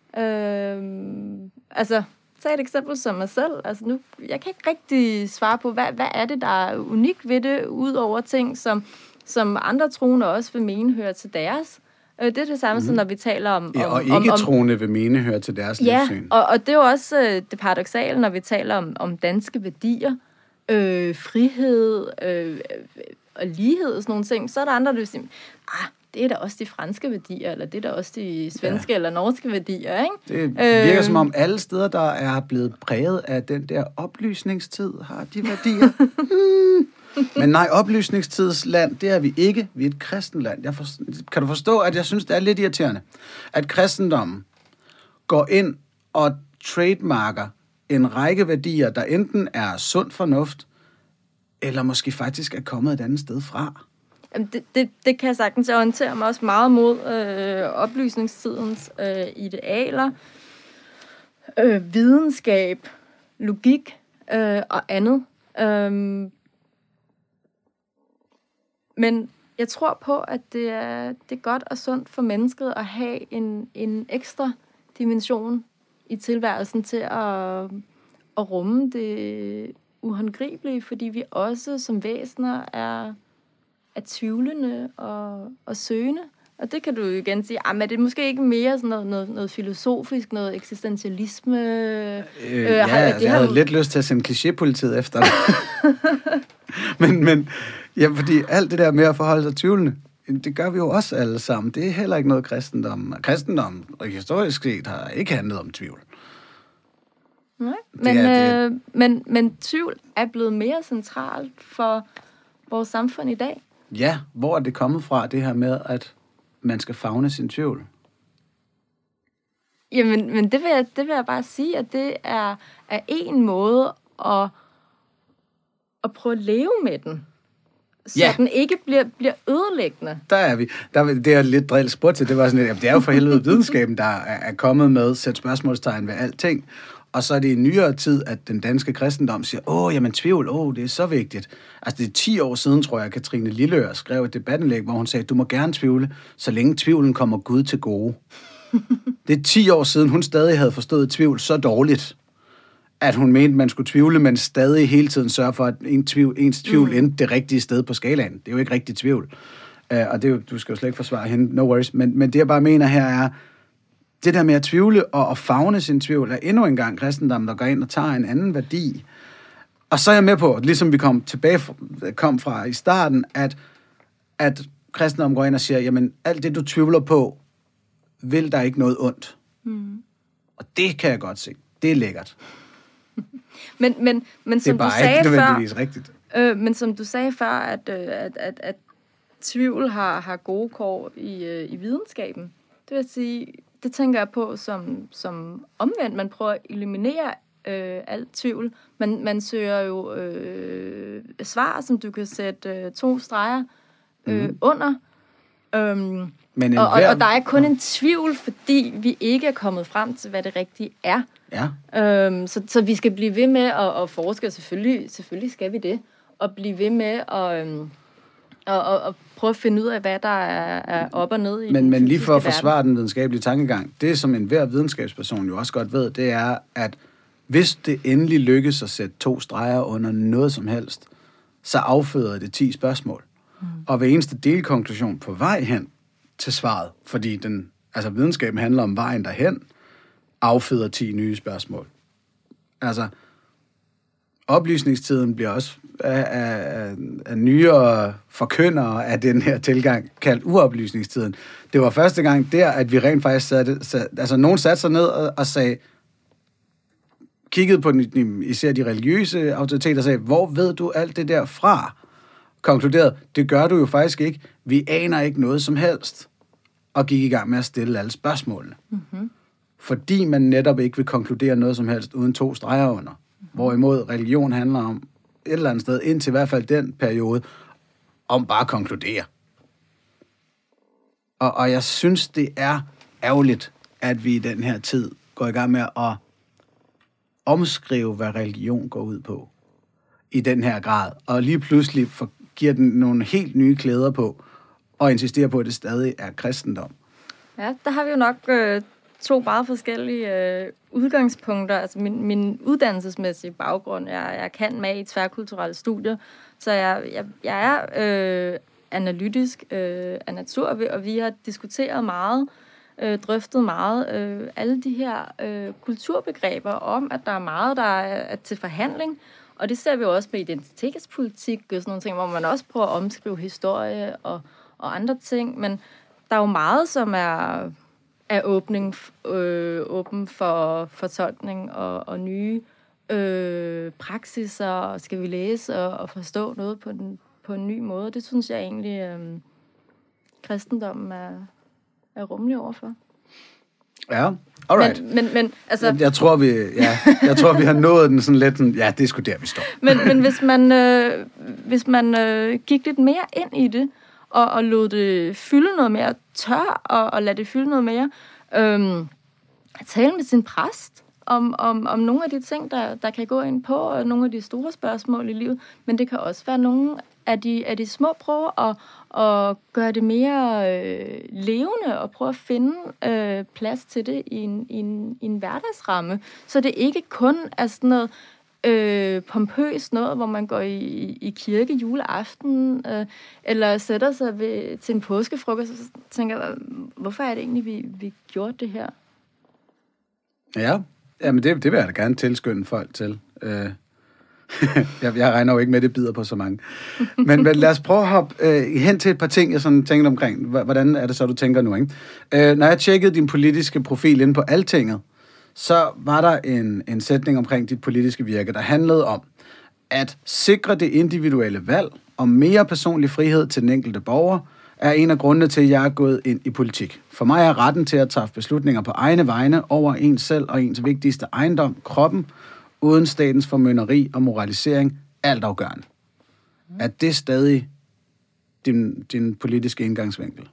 B: Altså, tag et eksempel som mig selv. Altså nu, jeg kan ikke rigtig svare på, hvad er det, der er unikt ved det, ud over ting, som andre troende også vil mene hører til deres. Det er det samme, som når vi taler om...
A: Ja, og ikke-troende vil mene hører til deres livssyn.
B: Ja, og det er jo også det paradoksale, når vi taler om danske værdier, frihed og lighed og sådan nogle ting. Så er der andre, der vil sige, det er da også de franske værdier, eller det er da også de svenske eller norske værdier, ikke?
A: Det virker som om alle steder, der er blevet præget af den der oplysningstid, har de værdier. Men nej, oplysningstidsland, det er vi ikke. Vi er et kristenland. Kan du forstå, at jeg synes, det er lidt irriterende, at kristendommen går ind og trademarker en række værdier, der enten er sund fornuft, eller måske faktisk er kommet et andet sted fra?
B: Det kan jeg sagtens orientere mig også meget mod oplysningstidens idealer, videnskab, logik og andet. Men jeg tror på, at det er godt og sundt for mennesket at have en ekstra dimension i tilværelsen til at rumme det uhåndgribelige, fordi vi også som væsener er tvivlende og søgende. Og det kan du jo igen sige, men det er måske ikke mere sådan noget filosofisk, noget eksistentialisme.
A: Jeg havde lidt lyst til at sende klichépolitiet efter det. men ja, fordi alt det der med at forholde sig tvivlende, det gør vi jo også alle sammen. Det er heller ikke noget kristendom. Kristendom, historisk set, har ikke handlet om tvivl.
B: Nej, men tvivl er blevet mere centralt for vores samfund i dag.
A: Ja, hvor er det kommet fra, det her med, at man skal favne sin tvivl?
B: Jamen, men det vil jeg bare sige, at det er en måde at prøve at leve med den. Så den ikke bliver ødelæggende.
A: Der er vi. Det er lidt drillet spurgt til. Det var sådan lidt, det er jo for helvede videnskaben, der er kommet med at sætte spørgsmålstegn ved alting. Og så er det i nyere tid, at den danske kristendom siger, jamen tvivl, det er så vigtigt. Altså det er 10 år siden, tror jeg, at Katrine Lilleør skrev et debatindlæg, hvor hun sagde, du må gerne tvivle, så længe tvivlen kommer Gud til gode. Det er 10 år siden, hun stadig havde forstået tvivl så dårligt, at hun mente, man skulle tvivle, men stadig hele tiden sørge for, at ens tvivl endte det rigtige sted på skalaen. Det er jo ikke rigtig tvivl. Og det er jo, du skal jo slet ikke forsvare hende, no worries. Men det, jeg bare mener her, er, det der med at tvivle og at favne sin tvivl, er endnu en gang kristendommen, der går ind og tager en anden værdi. Og så er jeg med på, ligesom vi kom fra i starten, at kristendommen går ind og siger, jamen, alt det, du tvivler på, vil der ikke noget ondt. Og det kan jeg godt se. Det er lækkert.
B: Men som du sagde før,
A: rigtigt.
B: Men som du sagde før, at tvivl har gode kår i videnskaben. Det vil sige, det tænker jeg på som omvendt. Man prøver at eliminere alt tvivl. Man søger jo svar, som du kan sætte 2 streger under. Og der er kun en tvivl, fordi vi ikke er kommet frem til, hvad det rigtige er.
A: Ja.
B: Så vi skal blive ved med at forske, og selvfølgelig skal vi det, og blive ved med at prøve at finde ud af, hvad der er op og ned i
A: men lige for at forsvare den videnskabelige tankegang, det som enhver videnskabsperson jo også godt ved, det er, at hvis det endelig lykkes at sætte 2 streger under noget som helst, så afføder det 10 spørgsmål. Og hver eneste delkonklusion på vej hen til svaret, fordi videnskaben handler om vejen derhen, afføder 10 nye spørgsmål. Altså, oplysningstiden bliver også af nyere forkyndere af den her tilgang kaldt uoplysningstiden. Det var første gang der, at vi rent faktisk nogen satte sig ned og sagde, kiggede på især de religiøse autoriteter og sagde, hvor ved du alt det der fra? Konkluderet, det gør du jo faktisk ikke. Vi aner ikke noget som helst. Og gik i gang med at stille alle spørgsmålene. Mm-hmm. Fordi man netop ikke vil konkludere noget som helst uden 2 streger under. Mm-hmm. Hvorimod religion handler om et eller andet sted, indtil i hvert fald den periode, om bare at konkludere. Og jeg synes, det er ærgerligt, at vi i den her tid går i gang med at omskrive, hvad religion går ud på. I den her grad. Og lige pludselig giver den nogle helt nye klæder på, og insisterer på, at det stadig er kristendom.
B: Ja, der har vi jo nok 2 meget forskellige udgangspunkter. Altså min uddannelsesmæssige baggrund, jeg kan med i tværkulturelle studier, så jeg er analytisk af natur, og vi har diskuteret meget, drøftet meget alle de her kulturbegreber om, at der er meget, der er til forhandling. Og det ser vi jo også med identitetspolitik og sådan nogle ting, hvor man også prøver at omskrive historie og andre ting. Men der er jo meget, som er åben for fortolkning og nye praksiser. Skal vi læse og forstå noget på en ny måde? Det synes jeg egentlig, kristendommen er rummelig overfor.
A: Ja, alright.
B: Men altså,
A: jeg tror vi har nået den sådan lidt sådan, ja, det er sgu der, vi står.
B: Men hvis man gik lidt mere ind i det, og lod det fylde noget mere, tør og lade det fylde noget mere, tale med sin præst om nogle af de ting, der kan gå ind på, og nogle af de store spørgsmål i livet, men det kan også være nogle af de små prøver at gøre det mere levende og prøve at finde plads til det i en hverdagsramme, så det ikke kun er sådan noget pompøst noget, hvor man går i kirke juleaften, eller sætter sig til en påskefrokost og tænker, hvorfor er det egentlig, vi gjorde det her?
A: Ja, men det vil jeg da gerne tilskynde folk til. Jeg regner jo ikke med, at det bider på så mange. Men lad os prøve at hoppe hen til et par ting, jeg sådan tænkte omkring. Hvordan er det så, du tænker nu, ikke? Når jeg tjekkede din politiske profil inde på Altinget, så var der en sætning omkring dit politiske virke, der handlede om at sikre det individuelle valg og mere personlig frihed til den enkelte borger, er en af grundene til, at jeg er gået ind i politik. For mig er retten til at træffe beslutninger på egne vegne over ens selv og ens vigtigste ejendom, kroppen, uden statens formynderi og moralisering, altafgørende. Er det stadig din politiske indgangsvinkel?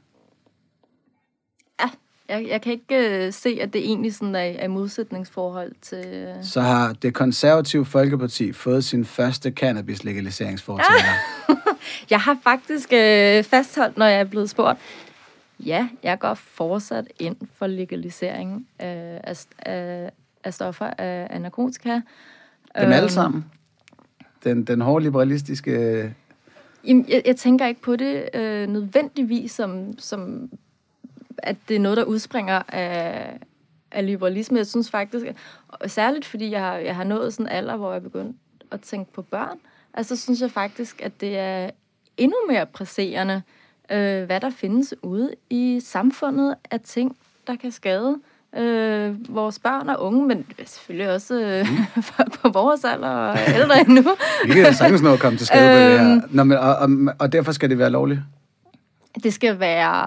B: Ja, jeg kan ikke se, at det egentlig sådan er modsætningsforhold til...
A: Så har det konservative Folkeparti fået sin første cannabis-legaliseringsfortaler.
B: Jeg har faktisk fastholdt, når jeg er blevet spurgt, ja, jeg går fortsat ind for legalisering af stoffer af narkotika.
A: Dem alle sammen? Den hårde liberalistiske...
B: Jeg tænker ikke på det nødvendigvis som at det er noget, der udspringer af liberalisme. Jeg synes faktisk, særligt fordi jeg har nået sådan en alder, hvor jeg er begyndt at tænke på børn, altså synes jeg faktisk, at det er endnu mere presserende, hvad der findes ude i samfundet af ting, der kan skade vores børn og unge, men selvfølgelig også på vores alder og ældre endnu.
A: Vi kan sagtens nå at komme til skade på det her. Nå, men, og derfor skal det være lovligt?
B: Det skal være...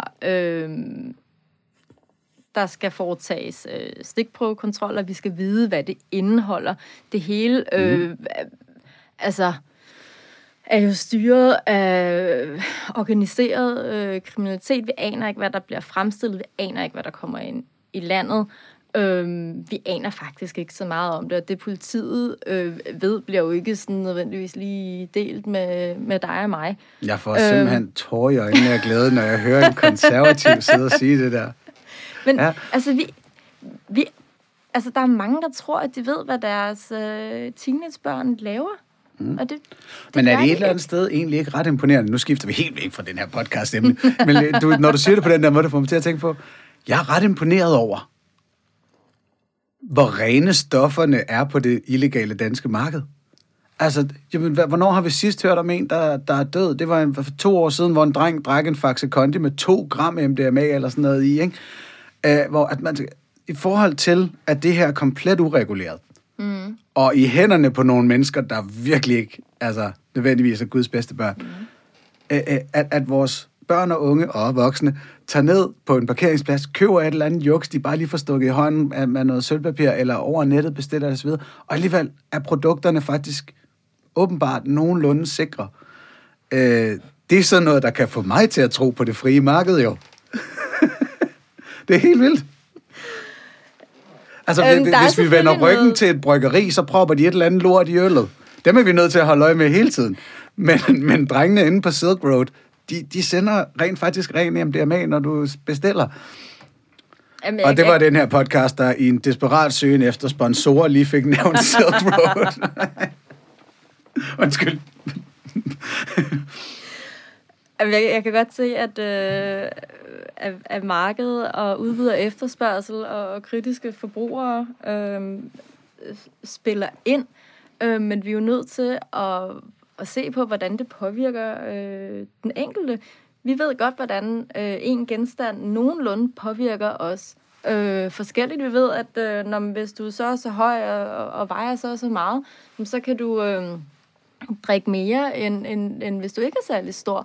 B: der skal foretages stikprøvekontroller, vi skal vide, hvad det indeholder. Det hele er jo styret af organiseret kriminalitet. Vi aner ikke, hvad der bliver fremstillet. Vi aner ikke, hvad der kommer ind i landet. Vi aner faktisk ikke så meget om det, og det politiet ved, bliver jo ikke sådan nødvendigvis lige delt med dig og mig.
A: Jeg får simpelthen tårer i øjnene af glæde, når jeg hører en konservativ sidde og sige det der.
B: Men altså, der er mange, der tror, at de ved, hvad deres teenagebørn laver. Og det
A: men er det et eller andet sted egentlig ikke ret imponerende? Nu skifter vi helt væk fra den her podcast-emne. Men når du siger det på den der måde, får mig til at tænke på, jeg er ret imponeret over, hvor rene stofferne er på det illegale danske marked. Altså, hvornår har vi sidst hørt om en, der er død? Det var for 2 år siden, hvor en dreng drak en Faxe Kondi med 2 gram MDMA eller sådan noget i, ikke? Hvor at man, i forhold til, at det her er komplet ureguleret, og i hænderne på nogle mennesker, der virkelig ikke, nødvendigvis er Guds bedste børn, at vores børn og unge og voksne tager ned på en parkeringsplads, køber et eller andet juks, de bare lige får stukket i hånden med noget sølvpapir, eller over nettet bestiller det osv., og alligevel er produkterne faktisk åbenbart nogenlunde sikre. Det er sådan noget, der kan få mig til at tro på det frie marked, jo. Det er helt vildt. Altså, hvis vi vender ryggen til et bryggeri, så propper de et eller andet lort i øllet. Dem er vi nødt til at holde øje med hele tiden. Men drengene inde på Silk Road, de sender rent faktisk ren MDMA, når du bestiller. Jamen, og det var den her podcast, der i en desperat søgen efter sponsorer lige fik nævnt Silk Road. Undskyld.
B: Jeg kan godt se, at markedet og udbud af efterspørgsel og kritiske forbrugere spiller ind, men vi er jo nødt til at se på, hvordan det påvirker den enkelte. Vi ved godt, hvordan en genstand nogenlunde påvirker os forskelligt. Vi ved, at hvis du så er så høj og vejer så meget, så kan du drikke mere, end hvis du ikke er særlig stor.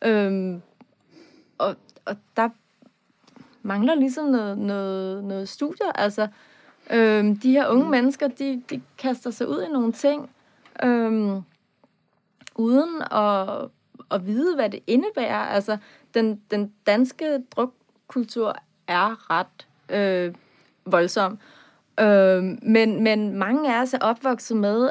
B: Og der mangler ligesom noget studier. Altså, de her unge mennesker, de kaster sig ud i nogle ting, uden at vide, hvad det indebærer. Altså, den danske drukkultur er ret voldsom. Men mange af os er opvokset med,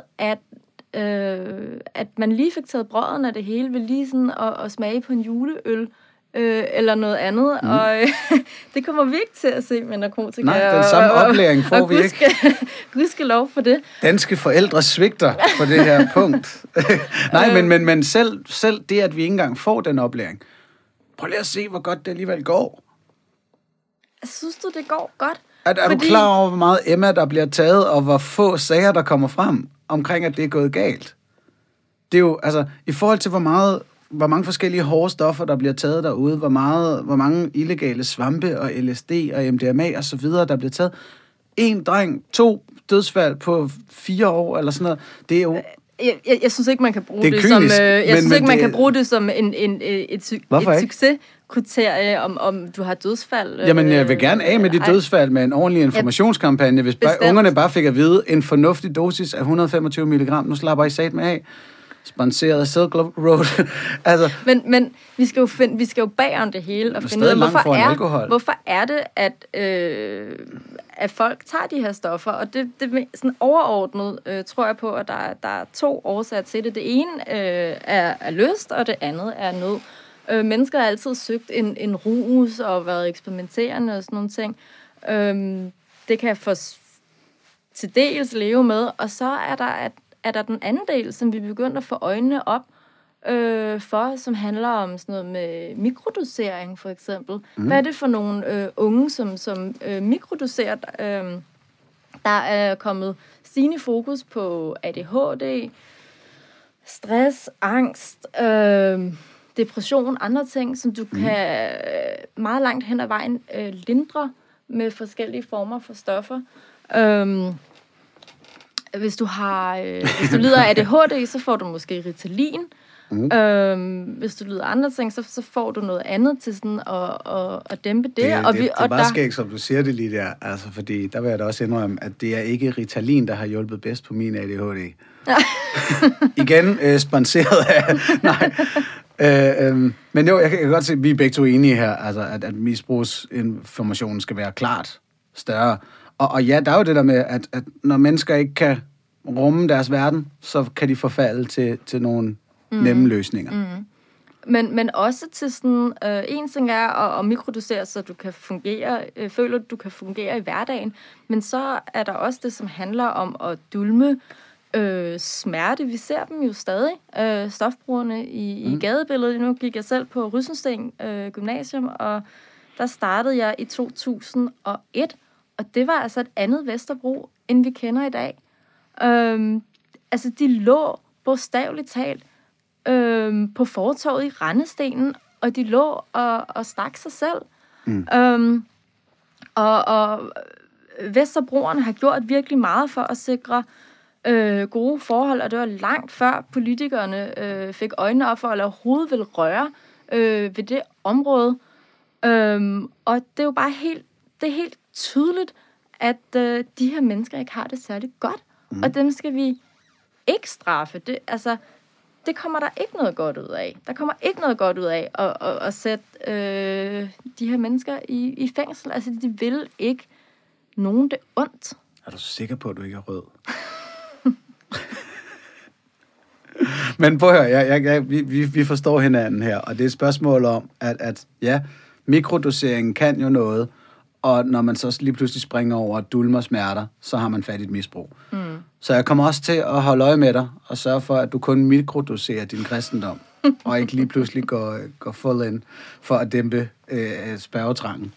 B: at man lige fik taget brødren af det hele ved lige sådan at smage på en juleøl eller noget andet, og det kommer vi ikke til at se med narkotika.
A: Nej, den samme oplæring får vi ikke.
B: Gudskelov for det.
A: Danske forældre svigter på det her punkt. Nej, men selv det, at vi ikke engang får den oplæring. Prøv lige at se, hvor godt det alligevel går.
B: Synes du, det går godt?
A: Er du klar over, hvor meget Emma, der bliver taget, og hvor få sager, der kommer frem omkring, at det er gået galt? Det er jo, altså, i forhold til, hvor mange forskellige hårde stoffer, der bliver taget derude, hvor mange illegale svampe og LSD og MDMA og så videre, der bliver taget. en dreng, 2 dødsfald på 4 år, eller sådan noget. Det er jo...
B: Jeg synes ikke, man kan bruge
A: det som...
B: kan bruge det som et succeskriterie, om du har dødsfald.
A: Jamen, jeg vil gerne af med de dødsfald med en ordentlig informationskampagne, hvis ungerne bare fik at vide en fornuftig dosis af 125 mg. Nu slapper I sat med af. Sponsoreret af Silk Road. Altså.
B: Men vi skal jo bag om det hele og finde ud af, hvorfor er det, at folk tager de her stoffer. Og det sådan overordnet tror jeg på, at der er 2 årsager til det. Det ene er lyst, og det andet er nød. Mennesker har altid søgt en rus og været eksperimenterende og sådan nogle ting. Det kan jeg få til dels leve med. Og så er der den anden del, som vi begynder at få øjnene op for, som handler om sådan noget med mikrodosering, for eksempel. Hvad er det for nogle unge, som mikrodoserer? Der er kommet stigende fokus på ADHD, stress, angst, depression, andre ting, som du kan meget langt hen ad vejen lindre med forskellige former for stoffer. Hvis du lider af ADHD, så får du måske Ritalin. Hvis du lider af andre ting, så får du noget andet til sådan at dæmpe det.
A: Det er bare skægt, som du siger det lige der. Altså, fordi der vil jeg da også indrømme, at det er ikke Ritalin, der har hjulpet bedst på min ADHD. Igen, sponsoreret af... Nej. Men jo, jeg kan godt se, at vi er begge to enige her, altså, at misbrugsinformationen skal være klart større. Og ja, der er jo det der med, at når mennesker ikke kan rumme deres verden, så kan de forfalde til nogle nemme løsninger.
B: Men også til sådan, en ting er at mikrodosere, så du kan fungere, føler du kan fungere i hverdagen, men så er der også det, som handler om at dulme smerte. Vi ser dem jo stadig, stofbrugerne i gadebilledet. Nu gik jeg selv på Rysensten Gymnasium, og der startede jeg i 2001, og det var altså et andet Vesterbro, end vi kender i dag. Altså, de lå bogstaveligt talt på fortovet i Rendestenen, og de lå og stak sig selv. Og Vesterbroerne har gjort virkelig meget for at sikre gode forhold, og det var langt før politikerne fik øjnene op for, at overhovedet ville røre ved det område. Og det er jo bare helt tydeligt, at de her mennesker ikke har det særlig godt, og dem skal vi ikke straffe. Det kommer der ikke noget godt ud af. Der kommer ikke noget godt ud af at sætte de her mennesker i fængsel. Altså, de vil ikke nogen det ondt.
A: Er du sikker på, at du ikke er rød? Men prøv at høre, vi forstår hinanden her, og det er et spørgsmål om, at ja, mikrodoseringen kan jo noget, og når man så lige pludselig springer over dulmer smerter, så har man fat i et misbrug. Så jeg kommer også til at holde øje med dig, og sørge for, at du kun mikrodoserer din kristendom, og ikke lige pludselig går full in for at dæmpe spørgetrangen.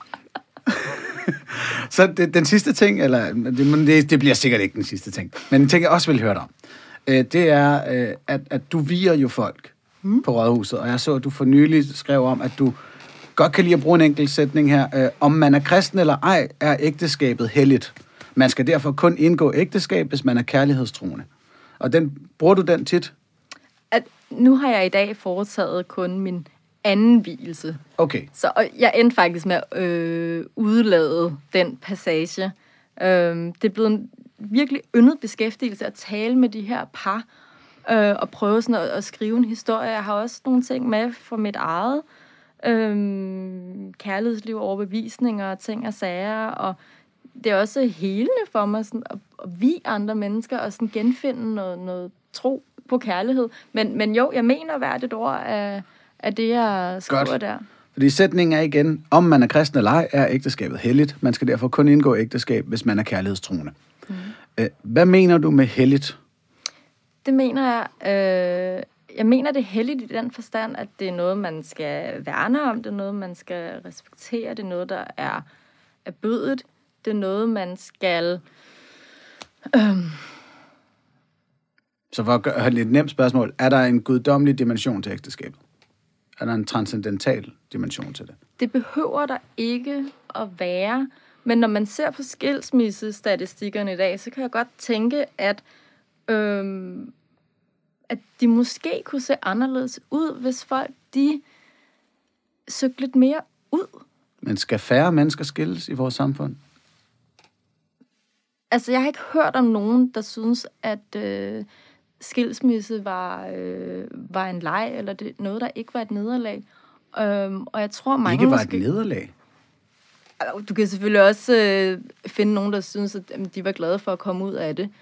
A: Så den sidste ting, eller det bliver sikkert ikke den sidste ting, men en ting, jeg også vil høre dig om, det er, at du vier jo folk på Rådhuset, og jeg så, at du for nylig skrev om, at du godt kan lide at bruge en enkelt sætning her. Om man er kristen eller ej, er ægteskabet helligt. Man skal derfor kun indgå ægteskab, hvis man er kærlighedstroende. Og bruger du den tit?
B: Nu har jeg i dag foretaget kun min anden vielse.
A: Okay.
B: Så jeg endte faktisk med at udelade den passage. Det er blevet en virkelig yndet beskæftigelse at tale med de her par, og prøve sådan at skrive en historie. Jeg har også nogle ting med fra mit eget kærlighedsliv, overbevisninger og ting og sager, og det er også helende for mig sådan, at vie andre mennesker og sådan genfinde noget tro på kærlighed. Men jo, jeg mener hvert et ord af det, jeg skriver. Godt. Der.
A: Fordi sætningen er igen, om man er kristen eller ej, er ægteskabet helligt. Man skal derfor kun indgå ægteskab, hvis man er kærlighedstroende. Hvad mener du med helligt?
B: Det mener jeg... Jeg mener, det er helligt i den forstand, at det er noget, man skal værne om, det er noget, man skal respektere, det er noget, der er bødet, det er noget, man skal...
A: Så for at gøre et nemt spørgsmål, er der en guddommelig dimension til ægteskabet? Er der en transcendental dimension til det?
B: Det behøver der ikke at være, Men når man ser på skilsmissestatistikkerne i dag, så kan jeg godt tænke, at de måske kunne se anderledes ud, hvis folk, de søgte lidt mere ud.
A: Men skal færre mennesker skilles i vores samfund?
B: Altså, jeg har ikke hørt om nogen, der synes, at skilsmisse var en leg, eller noget, der ikke var et nederlag. Og jeg tror, mange
A: ikke var et nederlag?
B: Du kan selvfølgelig også finde nogen, der synes, at de var glade for at komme ud af det.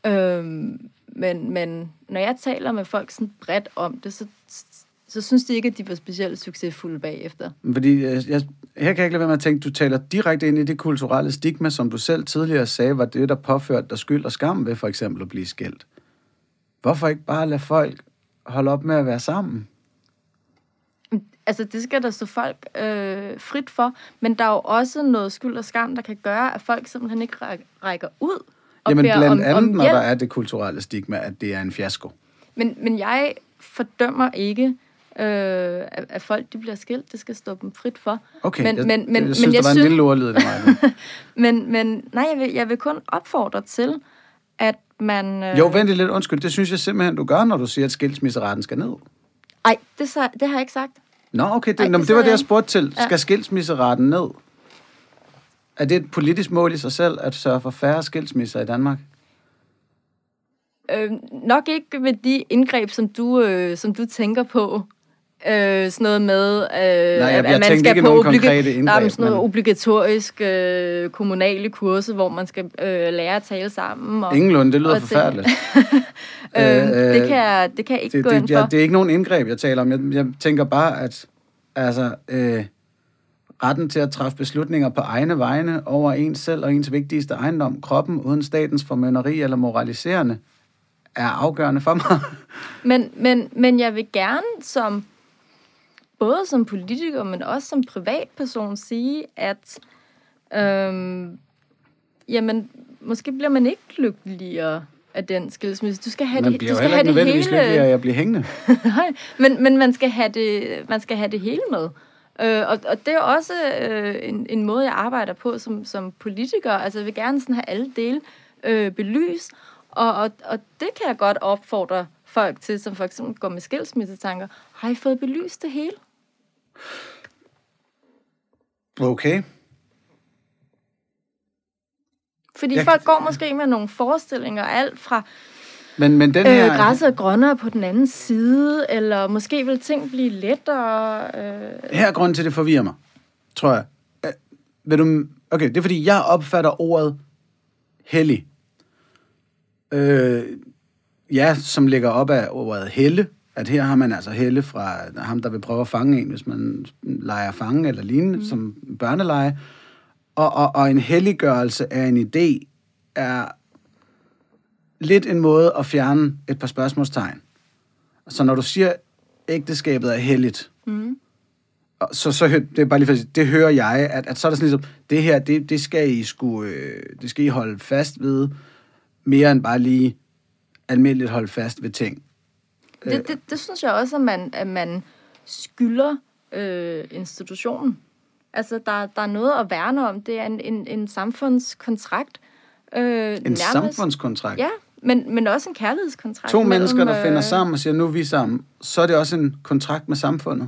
B: Men når jeg taler med folk sådan bredt om det, så synes de ikke, at de var specielt succesfulde bagefter.
A: Fordi her kan jeg ikke lade være med at tænke, du taler direkte ind i det kulturelle stigma, som du selv tidligere sagde, var det, der påførte dig skyld og skam ved for eksempel at blive skilt. Hvorfor ikke bare lade folk holde op med at være sammen?
B: Altså, det skal der stå folk frit for, men der er jo også noget skyld og skam, der kan gøre, at folk simpelthen ikke rækker ud og
A: jamen,
B: beder
A: blandt andet,
B: om
A: når
B: hjælp.
A: der er det kulturelle stigma, at det er en fiasko.
B: Men jeg fordømmer ikke, at folk de bliver skilt. Det skal stå dem frit for.
A: Okay,
B: jeg
A: synes, der var en lille ordlyd i mig.
B: men nej, jeg vil kun opfordre til, at man...
A: Jo, vent lidt, undskyld. Det synes jeg simpelthen, du gør, når du siger, at skilsmisseretten skal ned.
B: Nej, det har jeg ikke sagt.
A: Nå, okay, det var det, jeg spurgte til. Skal skilsmisseretten ned? Er det et politisk mål i sig selv, at sørge for færre skilsmisser i Danmark?
B: Nok ikke ved de indgreb, som du tænker på. Sådan noget med, at man skal på sådan noget obligatorisk kommunale kurser, hvor man skal lære at tale sammen. Og,
A: Ingenlunde, det lyder forfærdeligt.
B: Det kan jeg ikke gå ind for.
A: Det er ikke nogen indgreb, jeg taler om. Jeg tænker bare, at retten til at træffe beslutninger på egne vegne over ens selv og ens vigtigste ejendom, kroppen, uden statens formynderi eller moraliserende, er afgørende for mig.
B: Men jeg vil gerne både som politiker, men også som privatperson sige, at jamen, måske bliver man ikke lykkeligere af den skilsmisse. Du skal have
A: man
B: det,
A: bliver
B: du
A: jo
B: skal
A: heller
B: have
A: ikke
B: det hele.
A: Lykkeligere af at blive hængende.
B: Nej, men man skal have det hele med. Og det er også en måde, jeg arbejder på som politiker. Altså, jeg vil gerne sådan have alle dele belyst. Og det kan jeg godt opfordre folk til, som for eksempel går med skilsmissetanker. Har I fået belyst det hele?
A: Okay.
B: Fordi folk går måske med nogle forestillinger, alt fra
A: men den her...
B: græsset er grønnere på den anden side, eller måske vil ting blive lettere.
A: Her er grunden til, at det forvirrer mig, tror jeg. Okay, det er fordi, jeg opfatter ordet hellig. Som ligger op af ordet helle, at her har man altså helle fra ham, der vil prøve at fange en, hvis man leger fange eller lignende, som børneleje. Og en helliggørelse af en idé er lidt en måde at fjerne et par spørgsmålstegn. Så når du siger, ægteskabet er helligt, så det er bare lige for at sige, det hører jeg, at så er der sådan ligesom, det her, det skal I holde fast ved, mere end bare lige almindeligt holde fast ved ting.
B: Det synes jeg også, at man skylder institutionen. Altså, der er noget at værne om. Det er en samfundskontrakt.
A: Samfundskontrakt?
B: Ja, men også en kærlighedskontrakt.
A: To mennesker, der finder sammen og siger, nu er vi sammen, så er det også en kontrakt med samfundet.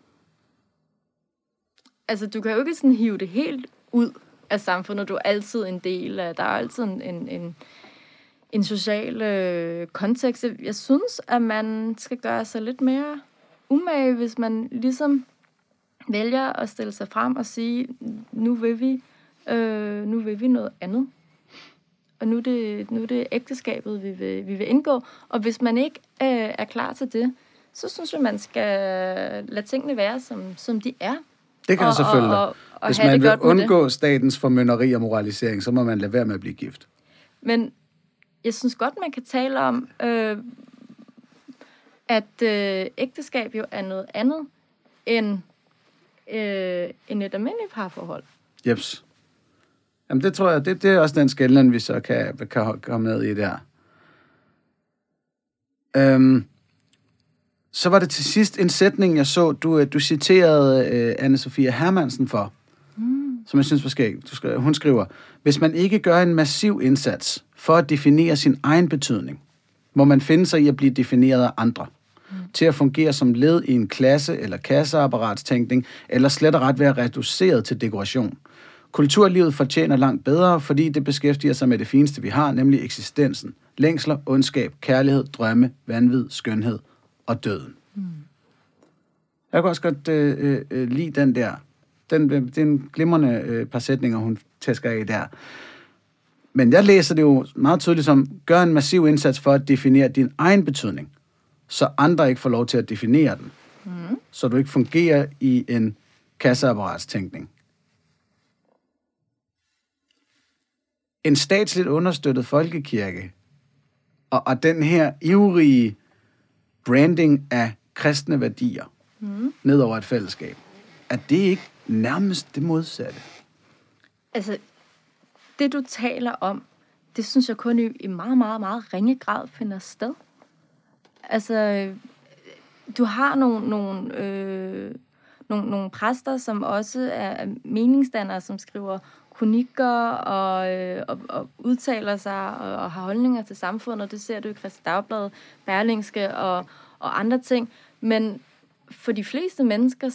B: Altså, du kan jo ikke sådan hive det helt ud af samfundet. Du er altid en del af... Der er altid en social kontekst. Jeg synes, at man skal gøre sig lidt mere umage, hvis man ligesom vælger at stille sig frem og sige, nu vil vi noget andet. Og nu er det ægteskabet, vi vil indgå. Og hvis man ikke er klar til det, så synes jeg, man skal lade tingene være, som de er.
A: Det kan jeg selvfølgelig. Og hvis man vil undgå statens formynderi og moralisering, så må man lade være med at blive gift.
B: Men jeg synes godt, man kan tale om, at ægteskab jo er noget andet end et almindeligt parforhold.
A: Jeps. Jamen det tror jeg, det er også den skelnen, vi så kan komme ned i der. Så var det til sidst en sætning, jeg så, du citerede Anne-Sophie Hermansen for. som jeg synes var skægt. Hun skriver, hvis man ikke gør en massiv indsats for at definere sin egen betydning, må man finde sig i at blive defineret af andre. Til at fungere som led i en klasse- eller kasseapparatstænkning, eller slet og ret være reduceret til dekoration. Kulturlivet fortjener langt bedre, fordi det beskæftiger sig med det fineste, vi har, nemlig eksistensen. Længsler, ondskab, kærlighed, drømme, vanvid, skønhed og døden. Jeg kan også godt lide den der. Det er en glimrende par sætninger, hun tæsker af der. Men jeg læser det jo meget tydeligt som, gør en massiv indsats for at definere din egen betydning, så andre ikke får lov til at definere den. Så du ikke fungerer i en kasseapparatstænkning. En statsligt understøttet folkekirke, og den her ivrige branding af kristne værdier ned over et fællesskab, er det ikke nærmest det modsatte?
B: Altså, det du taler om, det synes jeg kun i meget, meget, meget ringe grad finder sted. Altså, du har nogle præster, som også er meningsdannere, som skriver kronikker og udtaler sig og har holdninger til samfundet. Det ser du i Kristi Dagblad, Berlingske og andre ting. Men for de fleste mennesker,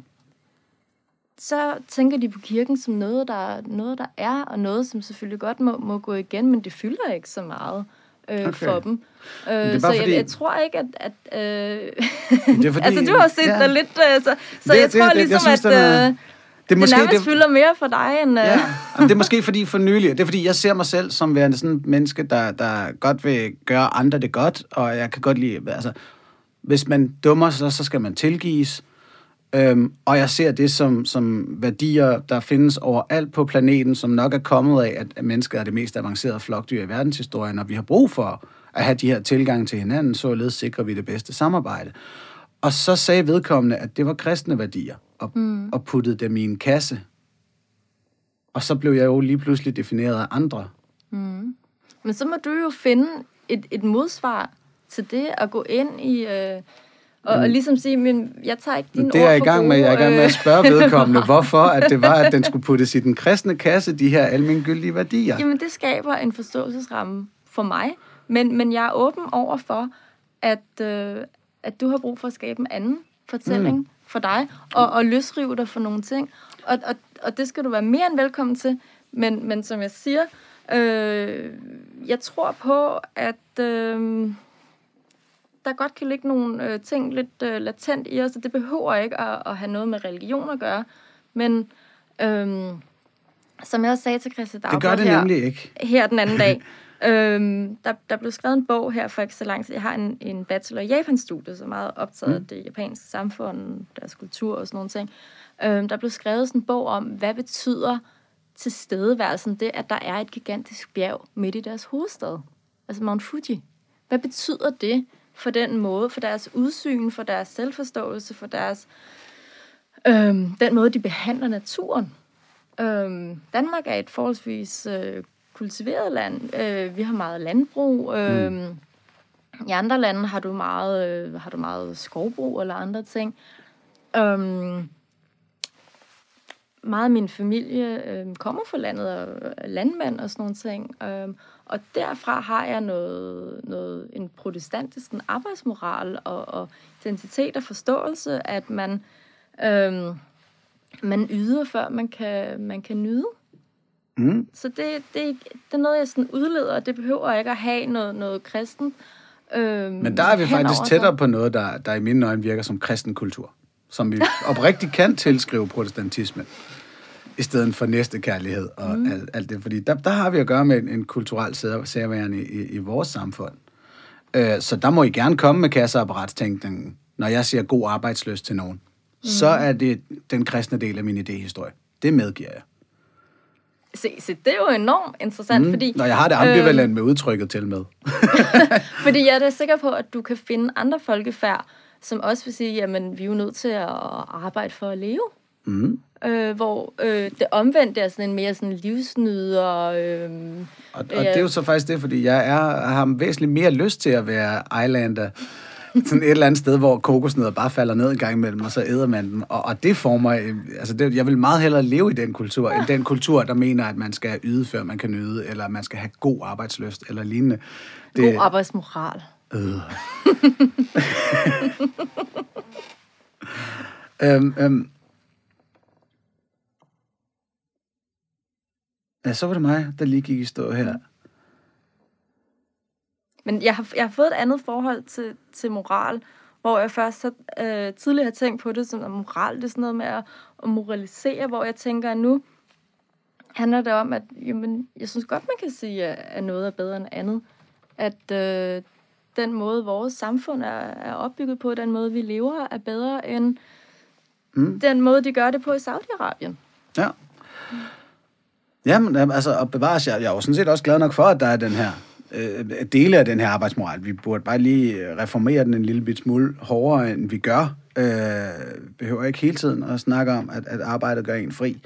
B: så tænker de på kirken som noget, der er, og noget, som selvfølgelig godt må gå igen, men det fylder ikke så meget for dem. Så fordi... jeg tror ikke, at det er fordi... altså, du har set dig lidt, så jeg tror ligesom, at det nærmest fylder mere for dig, end...
A: Ja, det er måske fordi for nylig. Det er fordi, jeg ser mig selv som værende sådan et menneske, der godt vil gøre andre det godt, og jeg kan godt lide... Altså, hvis man dummer sig, så skal man tilgives. Og jeg ser det som værdier, der findes overalt på planeten, som nok er kommet af, at mennesker er det mest avancerede flokdyr i verdenshistorien, og vi har brug for at have de her tilgang til hinanden, således sikrer vi det bedste samarbejde. Og så sagde vedkommende, at det var kristne værdier, og puttede dem i en kasse. Og så blev jeg jo lige pludselig defineret af andre.
B: Men så må du jo finde et modsvar til det, at gå ind i... Og ligesom sige, men jeg tager ikke dine ord for gode.
A: Jeg er i gang med at spørge vedkommende, hvorfor at det var, at den skulle puttes i den kristne kasse, de her almengyldige værdier.
B: Jamen, det skaber en forståelsesramme for mig. Men jeg er åben over for, at du har brug for at skabe en anden fortælling for dig, og løsrive dig for nogle ting. Og det skal du være mere end velkommen til. Men som jeg siger, jeg tror på, at... der godt kan ligge nogle ting lidt latent i os, og det behøver ikke at have noget med religion at gøre. Men som jeg også sagde til Kristi Dagblad
A: det gør det nemlig ikke.
B: Her den anden dag, der blev skrevet en bog her for ikke så lang tid. Jeg har en bachelor i Japan-studie, som er meget optaget af det japanske samfund, deres kultur og sådan nogle ting. Der blev skrevet sådan en bog om, hvad betyder tilstedeværelsen det, at der er et gigantisk bjerg midt i deres hovedstad. Altså Mount Fuji. Hvad betyder det for den måde, for deres udsyn, for deres selvforståelse, for deres den måde, de behandler naturen. Danmark er et forholdsvis kultiveret land. Vi har meget landbrug. I andre lande har du meget skovbrug eller andre ting. Meget af min familie kommer fra landet og er landmænd og sådan nogle ting. Og derfra har jeg en protestantisk arbejdsmoral og identitet og forståelse, at man yder, før man kan nyde. Så det er noget, jeg sådan udleder, og det behøver ikke at have noget kristent.
A: Men der er vi faktisk tættere på noget, der i mine øjne virker som kristen kultur, som vi oprigtigt kan tilskrive protestantismen, i stedet for næstekærlighed og alt det. Fordi der har vi at gøre med en kulturel særværende i vores samfund. Så der må I gerne komme med kasseapparatstænkningen, når jeg siger god arbejdslyst til nogen. Så er det den kristne del af min idéhistorie. Det medgiver jeg.
B: Se, det er jo enormt interessant, fordi...
A: Når jeg har det ambivalent med udtrykket til med.
B: Fordi jeg er da sikker på, at du kan finde andre folkefærd, som også vil sige, jamen, vi er jo nødt til at arbejde for at leve. Hvor det omvendte er sådan en mere sådan livsnyder. Og
A: det er jo så faktisk det, fordi jeg har væsentligt mere lyst til at være islander, sådan et eller andet sted, hvor kokosnødder bare falder ned en gang imellem, og så æder man dem. Og det former, altså jeg vil meget hellere leve i den kultur, end den kultur, der mener, at man skal yde, før man kan nyde, eller man skal have god arbejdslyst, eller lignende.
B: God arbejdsmoral.
A: Ja, så var det mig, der lige gik i stå her.
B: Men jeg har fået et andet forhold til moral, hvor jeg først tidligere har tænkt på det som at moral, det er sådan noget med at moralisere, hvor jeg tænker, at nu handler det om, at jamen, jeg synes godt, man kan sige, at noget er bedre end andet. At den måde, vores samfund er opbygget på, den måde, vi lever, er bedre end den måde, de gør det på i Saudi-Arabien.
A: Ja. Jamen, altså, at bevares, jeg er jo sådan set også glad nok for, at der er den her dele af den her arbejdsmoral. Vi burde bare lige reformere den en lille bit smule hårdere, end vi gør. Behøver ikke hele tiden at snakke om, at arbejdet gør en fri.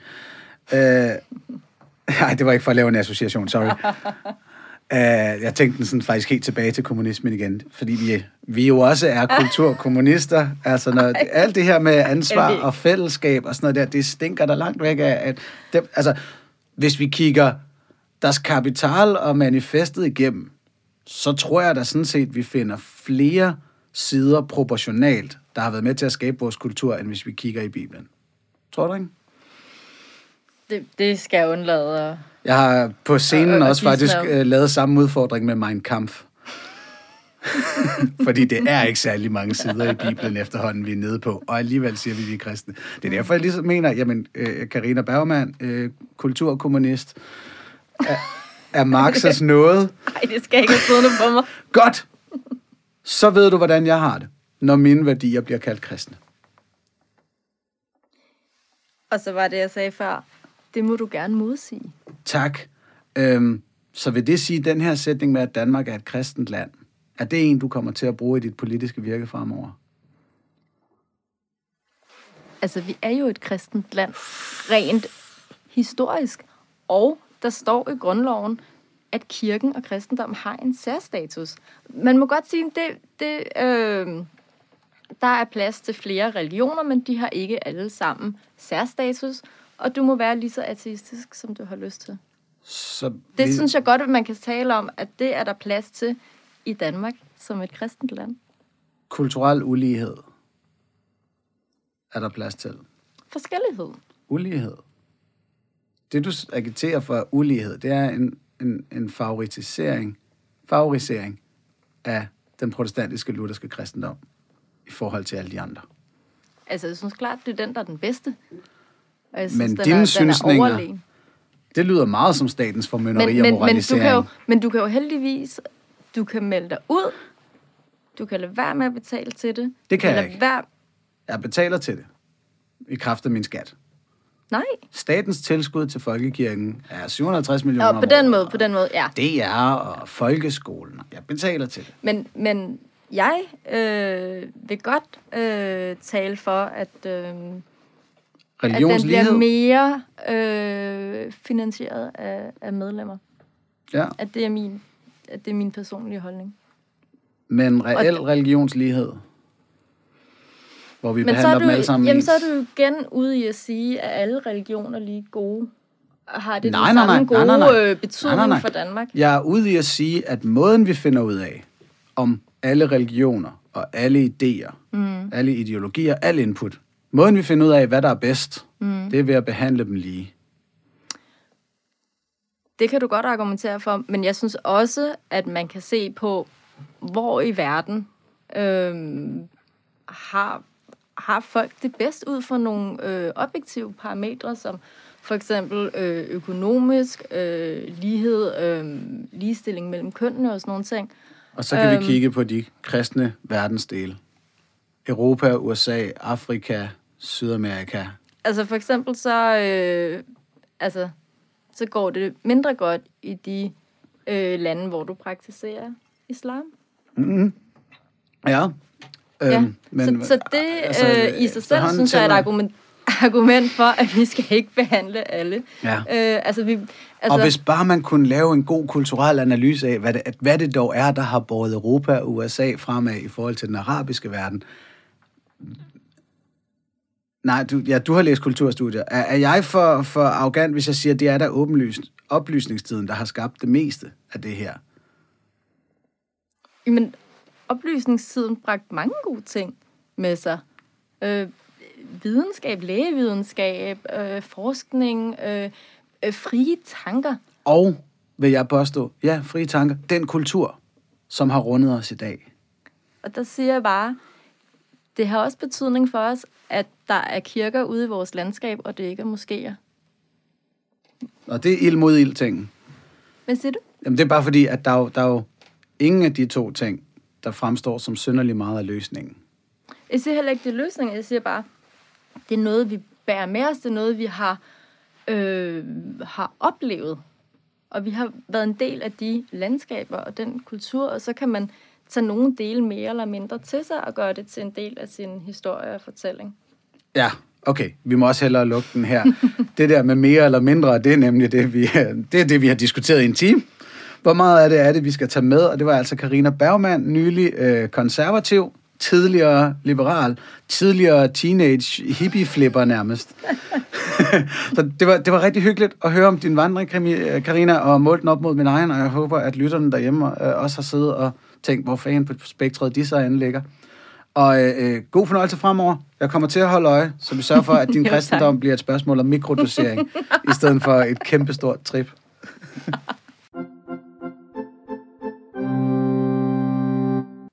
A: Nej, det var ikke for at lave en association, sorry. Jeg tænkte den sådan faktisk helt tilbage til kommunismen igen, fordi vi jo også er kulturkommunister. Altså, når alt det her med ansvar og fællesskab og sådan noget der, det stinker der langt væk af. Altså, hvis vi kigger Das Kapital og manifestet igennem, så tror jeg da sådan set, vi finder flere sider proportionalt, der har været med til at skabe vores kultur, end hvis vi kigger i Bibelen. Tror du ikke?
B: Det skal jeg undlade.
A: Jeg har på scenen også faktisk lavet samme udfordring med Mein Kampf. Fordi det er ikke særlig mange sider i Bibelen efterhånden, vi er nede på. Og alligevel siger vi er kristne. Det er derfor, jeg ligesom mener, jamen, Carina Bergmann, kulturkommunist, er Marx's noget.
B: Nej, det skal ikke have siddende på mig.
A: Godt! Så ved du, hvordan jeg har det, når mine værdier bliver kaldt kristne.
B: Og så var det, jeg sagde før, det må du gerne modsige.
A: Tak. Så vil det sige, den her sætning med, at Danmark er et kristent land, er det en, du kommer til at bruge i dit politiske virke fremover?
B: Altså, vi er jo et kristent land, rent historisk. Og der står i grundloven, at kirken og kristendom har en særstatus. Man må godt sige, der er plads til flere religioner, men de har ikke alle sammen særstatus, og du må være lige så ateistisk, som du har lyst til. Det synes jeg godt, at man kan tale om, at det er der plads til i Danmark som et kristent land.
A: Kulturel ulighed er der plads til.
B: Forskellighed.
A: Ulighed. Det, du agiterer for ulighed, det er en favorisering af den protestantiske lutherske kristendom i forhold til alle de andre.
B: Altså, jeg synes klart, det er den, der er den bedste. Og jeg synes,
A: men dine synsninger, det lyder meget som statens formynderi og moralisering.
B: Men du kan jo heldigvis, du kan melde dig ud, du kan lade være med at betale til det.
A: Det kan jeg ikke. Jeg betaler til det i kraft af min skat.
B: Nej.
A: Statens tilskud til folkekirken er 750 millioner
B: på den måde, ja.
A: DR og folkeskolen. Jeg betaler til det.
B: Men jeg vil godt tale for, at den bliver mere finansieret af medlemmer.
A: Ja.
B: At det er min personlige holdning.
A: Men religionslighed, hvor vi behandler dem alle sammen
B: jamen, så er du igen ude i at sige, at alle religioner er lige gode. Har det samme gode betydning for Danmark?
A: Jeg er ude i at sige, at måden vi finder ud af, om alle religioner og alle idéer, alle ideologier, alle input, måden vi finder ud af, hvad der er bedst, det er ved at behandle dem lige.
B: Det kan du godt argumentere for, men jeg synes også, at man kan se på, hvor i verden har folk det bedst ud fra nogle objektive parametre, som for eksempel økonomisk lighed, ligestilling mellem kønnene og sådan nogle ting.
A: Og så kan vi kigge på de kristne verdensdele. Europa, USA, Afrika, Sydamerika.
B: Altså for eksempel så går det mindre godt i de lande, hvor du praktiserer islam.
A: Mm-hmm. Ja.
B: Men, så det i sig selv, synes jeg, er et argument. argument for, at vi skal ikke behandle alle.
A: Ja.
B: Altså,
A: og hvis bare man kunne lave en god kulturel analyse af, hvad det dog er, der har båret Europa og USA fremad i forhold til den arabiske verden. Nej, du har læst kulturstudier. Er jeg for arrogant, hvis jeg siger, at det er der åbenlyst oplysningstiden, der har skabt det meste af det her?
B: Men oplysningstiden bragte mange gode ting med sig. Videnskab, lægevidenskab, forskning, frie tanker.
A: Og, vil jeg påstå, ja, frie tanker, den kultur, som har rundet os i dag.
B: Og der siger jeg bare, det har også betydning for os, at der er kirker ude i vores landskab, og det ikke er moskéer.
A: Og det er ild mod ild ting.
B: Hvad siger du?
A: Jamen, det er bare fordi, at der er jo ingen af de to ting, der fremstår som synderlig meget af løsningen.
B: Jeg siger heller ikke, det er løsningen. Jeg siger bare, det er noget, vi bærer med os. Det er noget, vi har oplevet. Og vi har været en del af de landskaber og den kultur, og så kan man tage nogle dele mere eller mindre til sig og gøre det til en del af sin historie og fortælling.
A: Ja, okay. Vi må også hellere lukke den her. Det der med mere eller mindre, det er nemlig det, vi har diskuteret i en time. Hvor meget af det vi skal tage med? Og det var altså Carina Bergmann, nylig konservativ, tidligere liberal, tidligere teenage hippie-flipper nærmest. Så det var rigtig hyggeligt at høre om din vandring, Carina, og målt den op mod min egen, og jeg håber, at lytterne derhjemme også har siddet og tænkt, hvor fanden på spektret de så anlægger. Og god fornøjelse fremover. Jeg kommer til at holde øje, så vi sørger for, at din kristendom bliver et spørgsmål om mikrodosering, i stedet for et kæmpestort trip.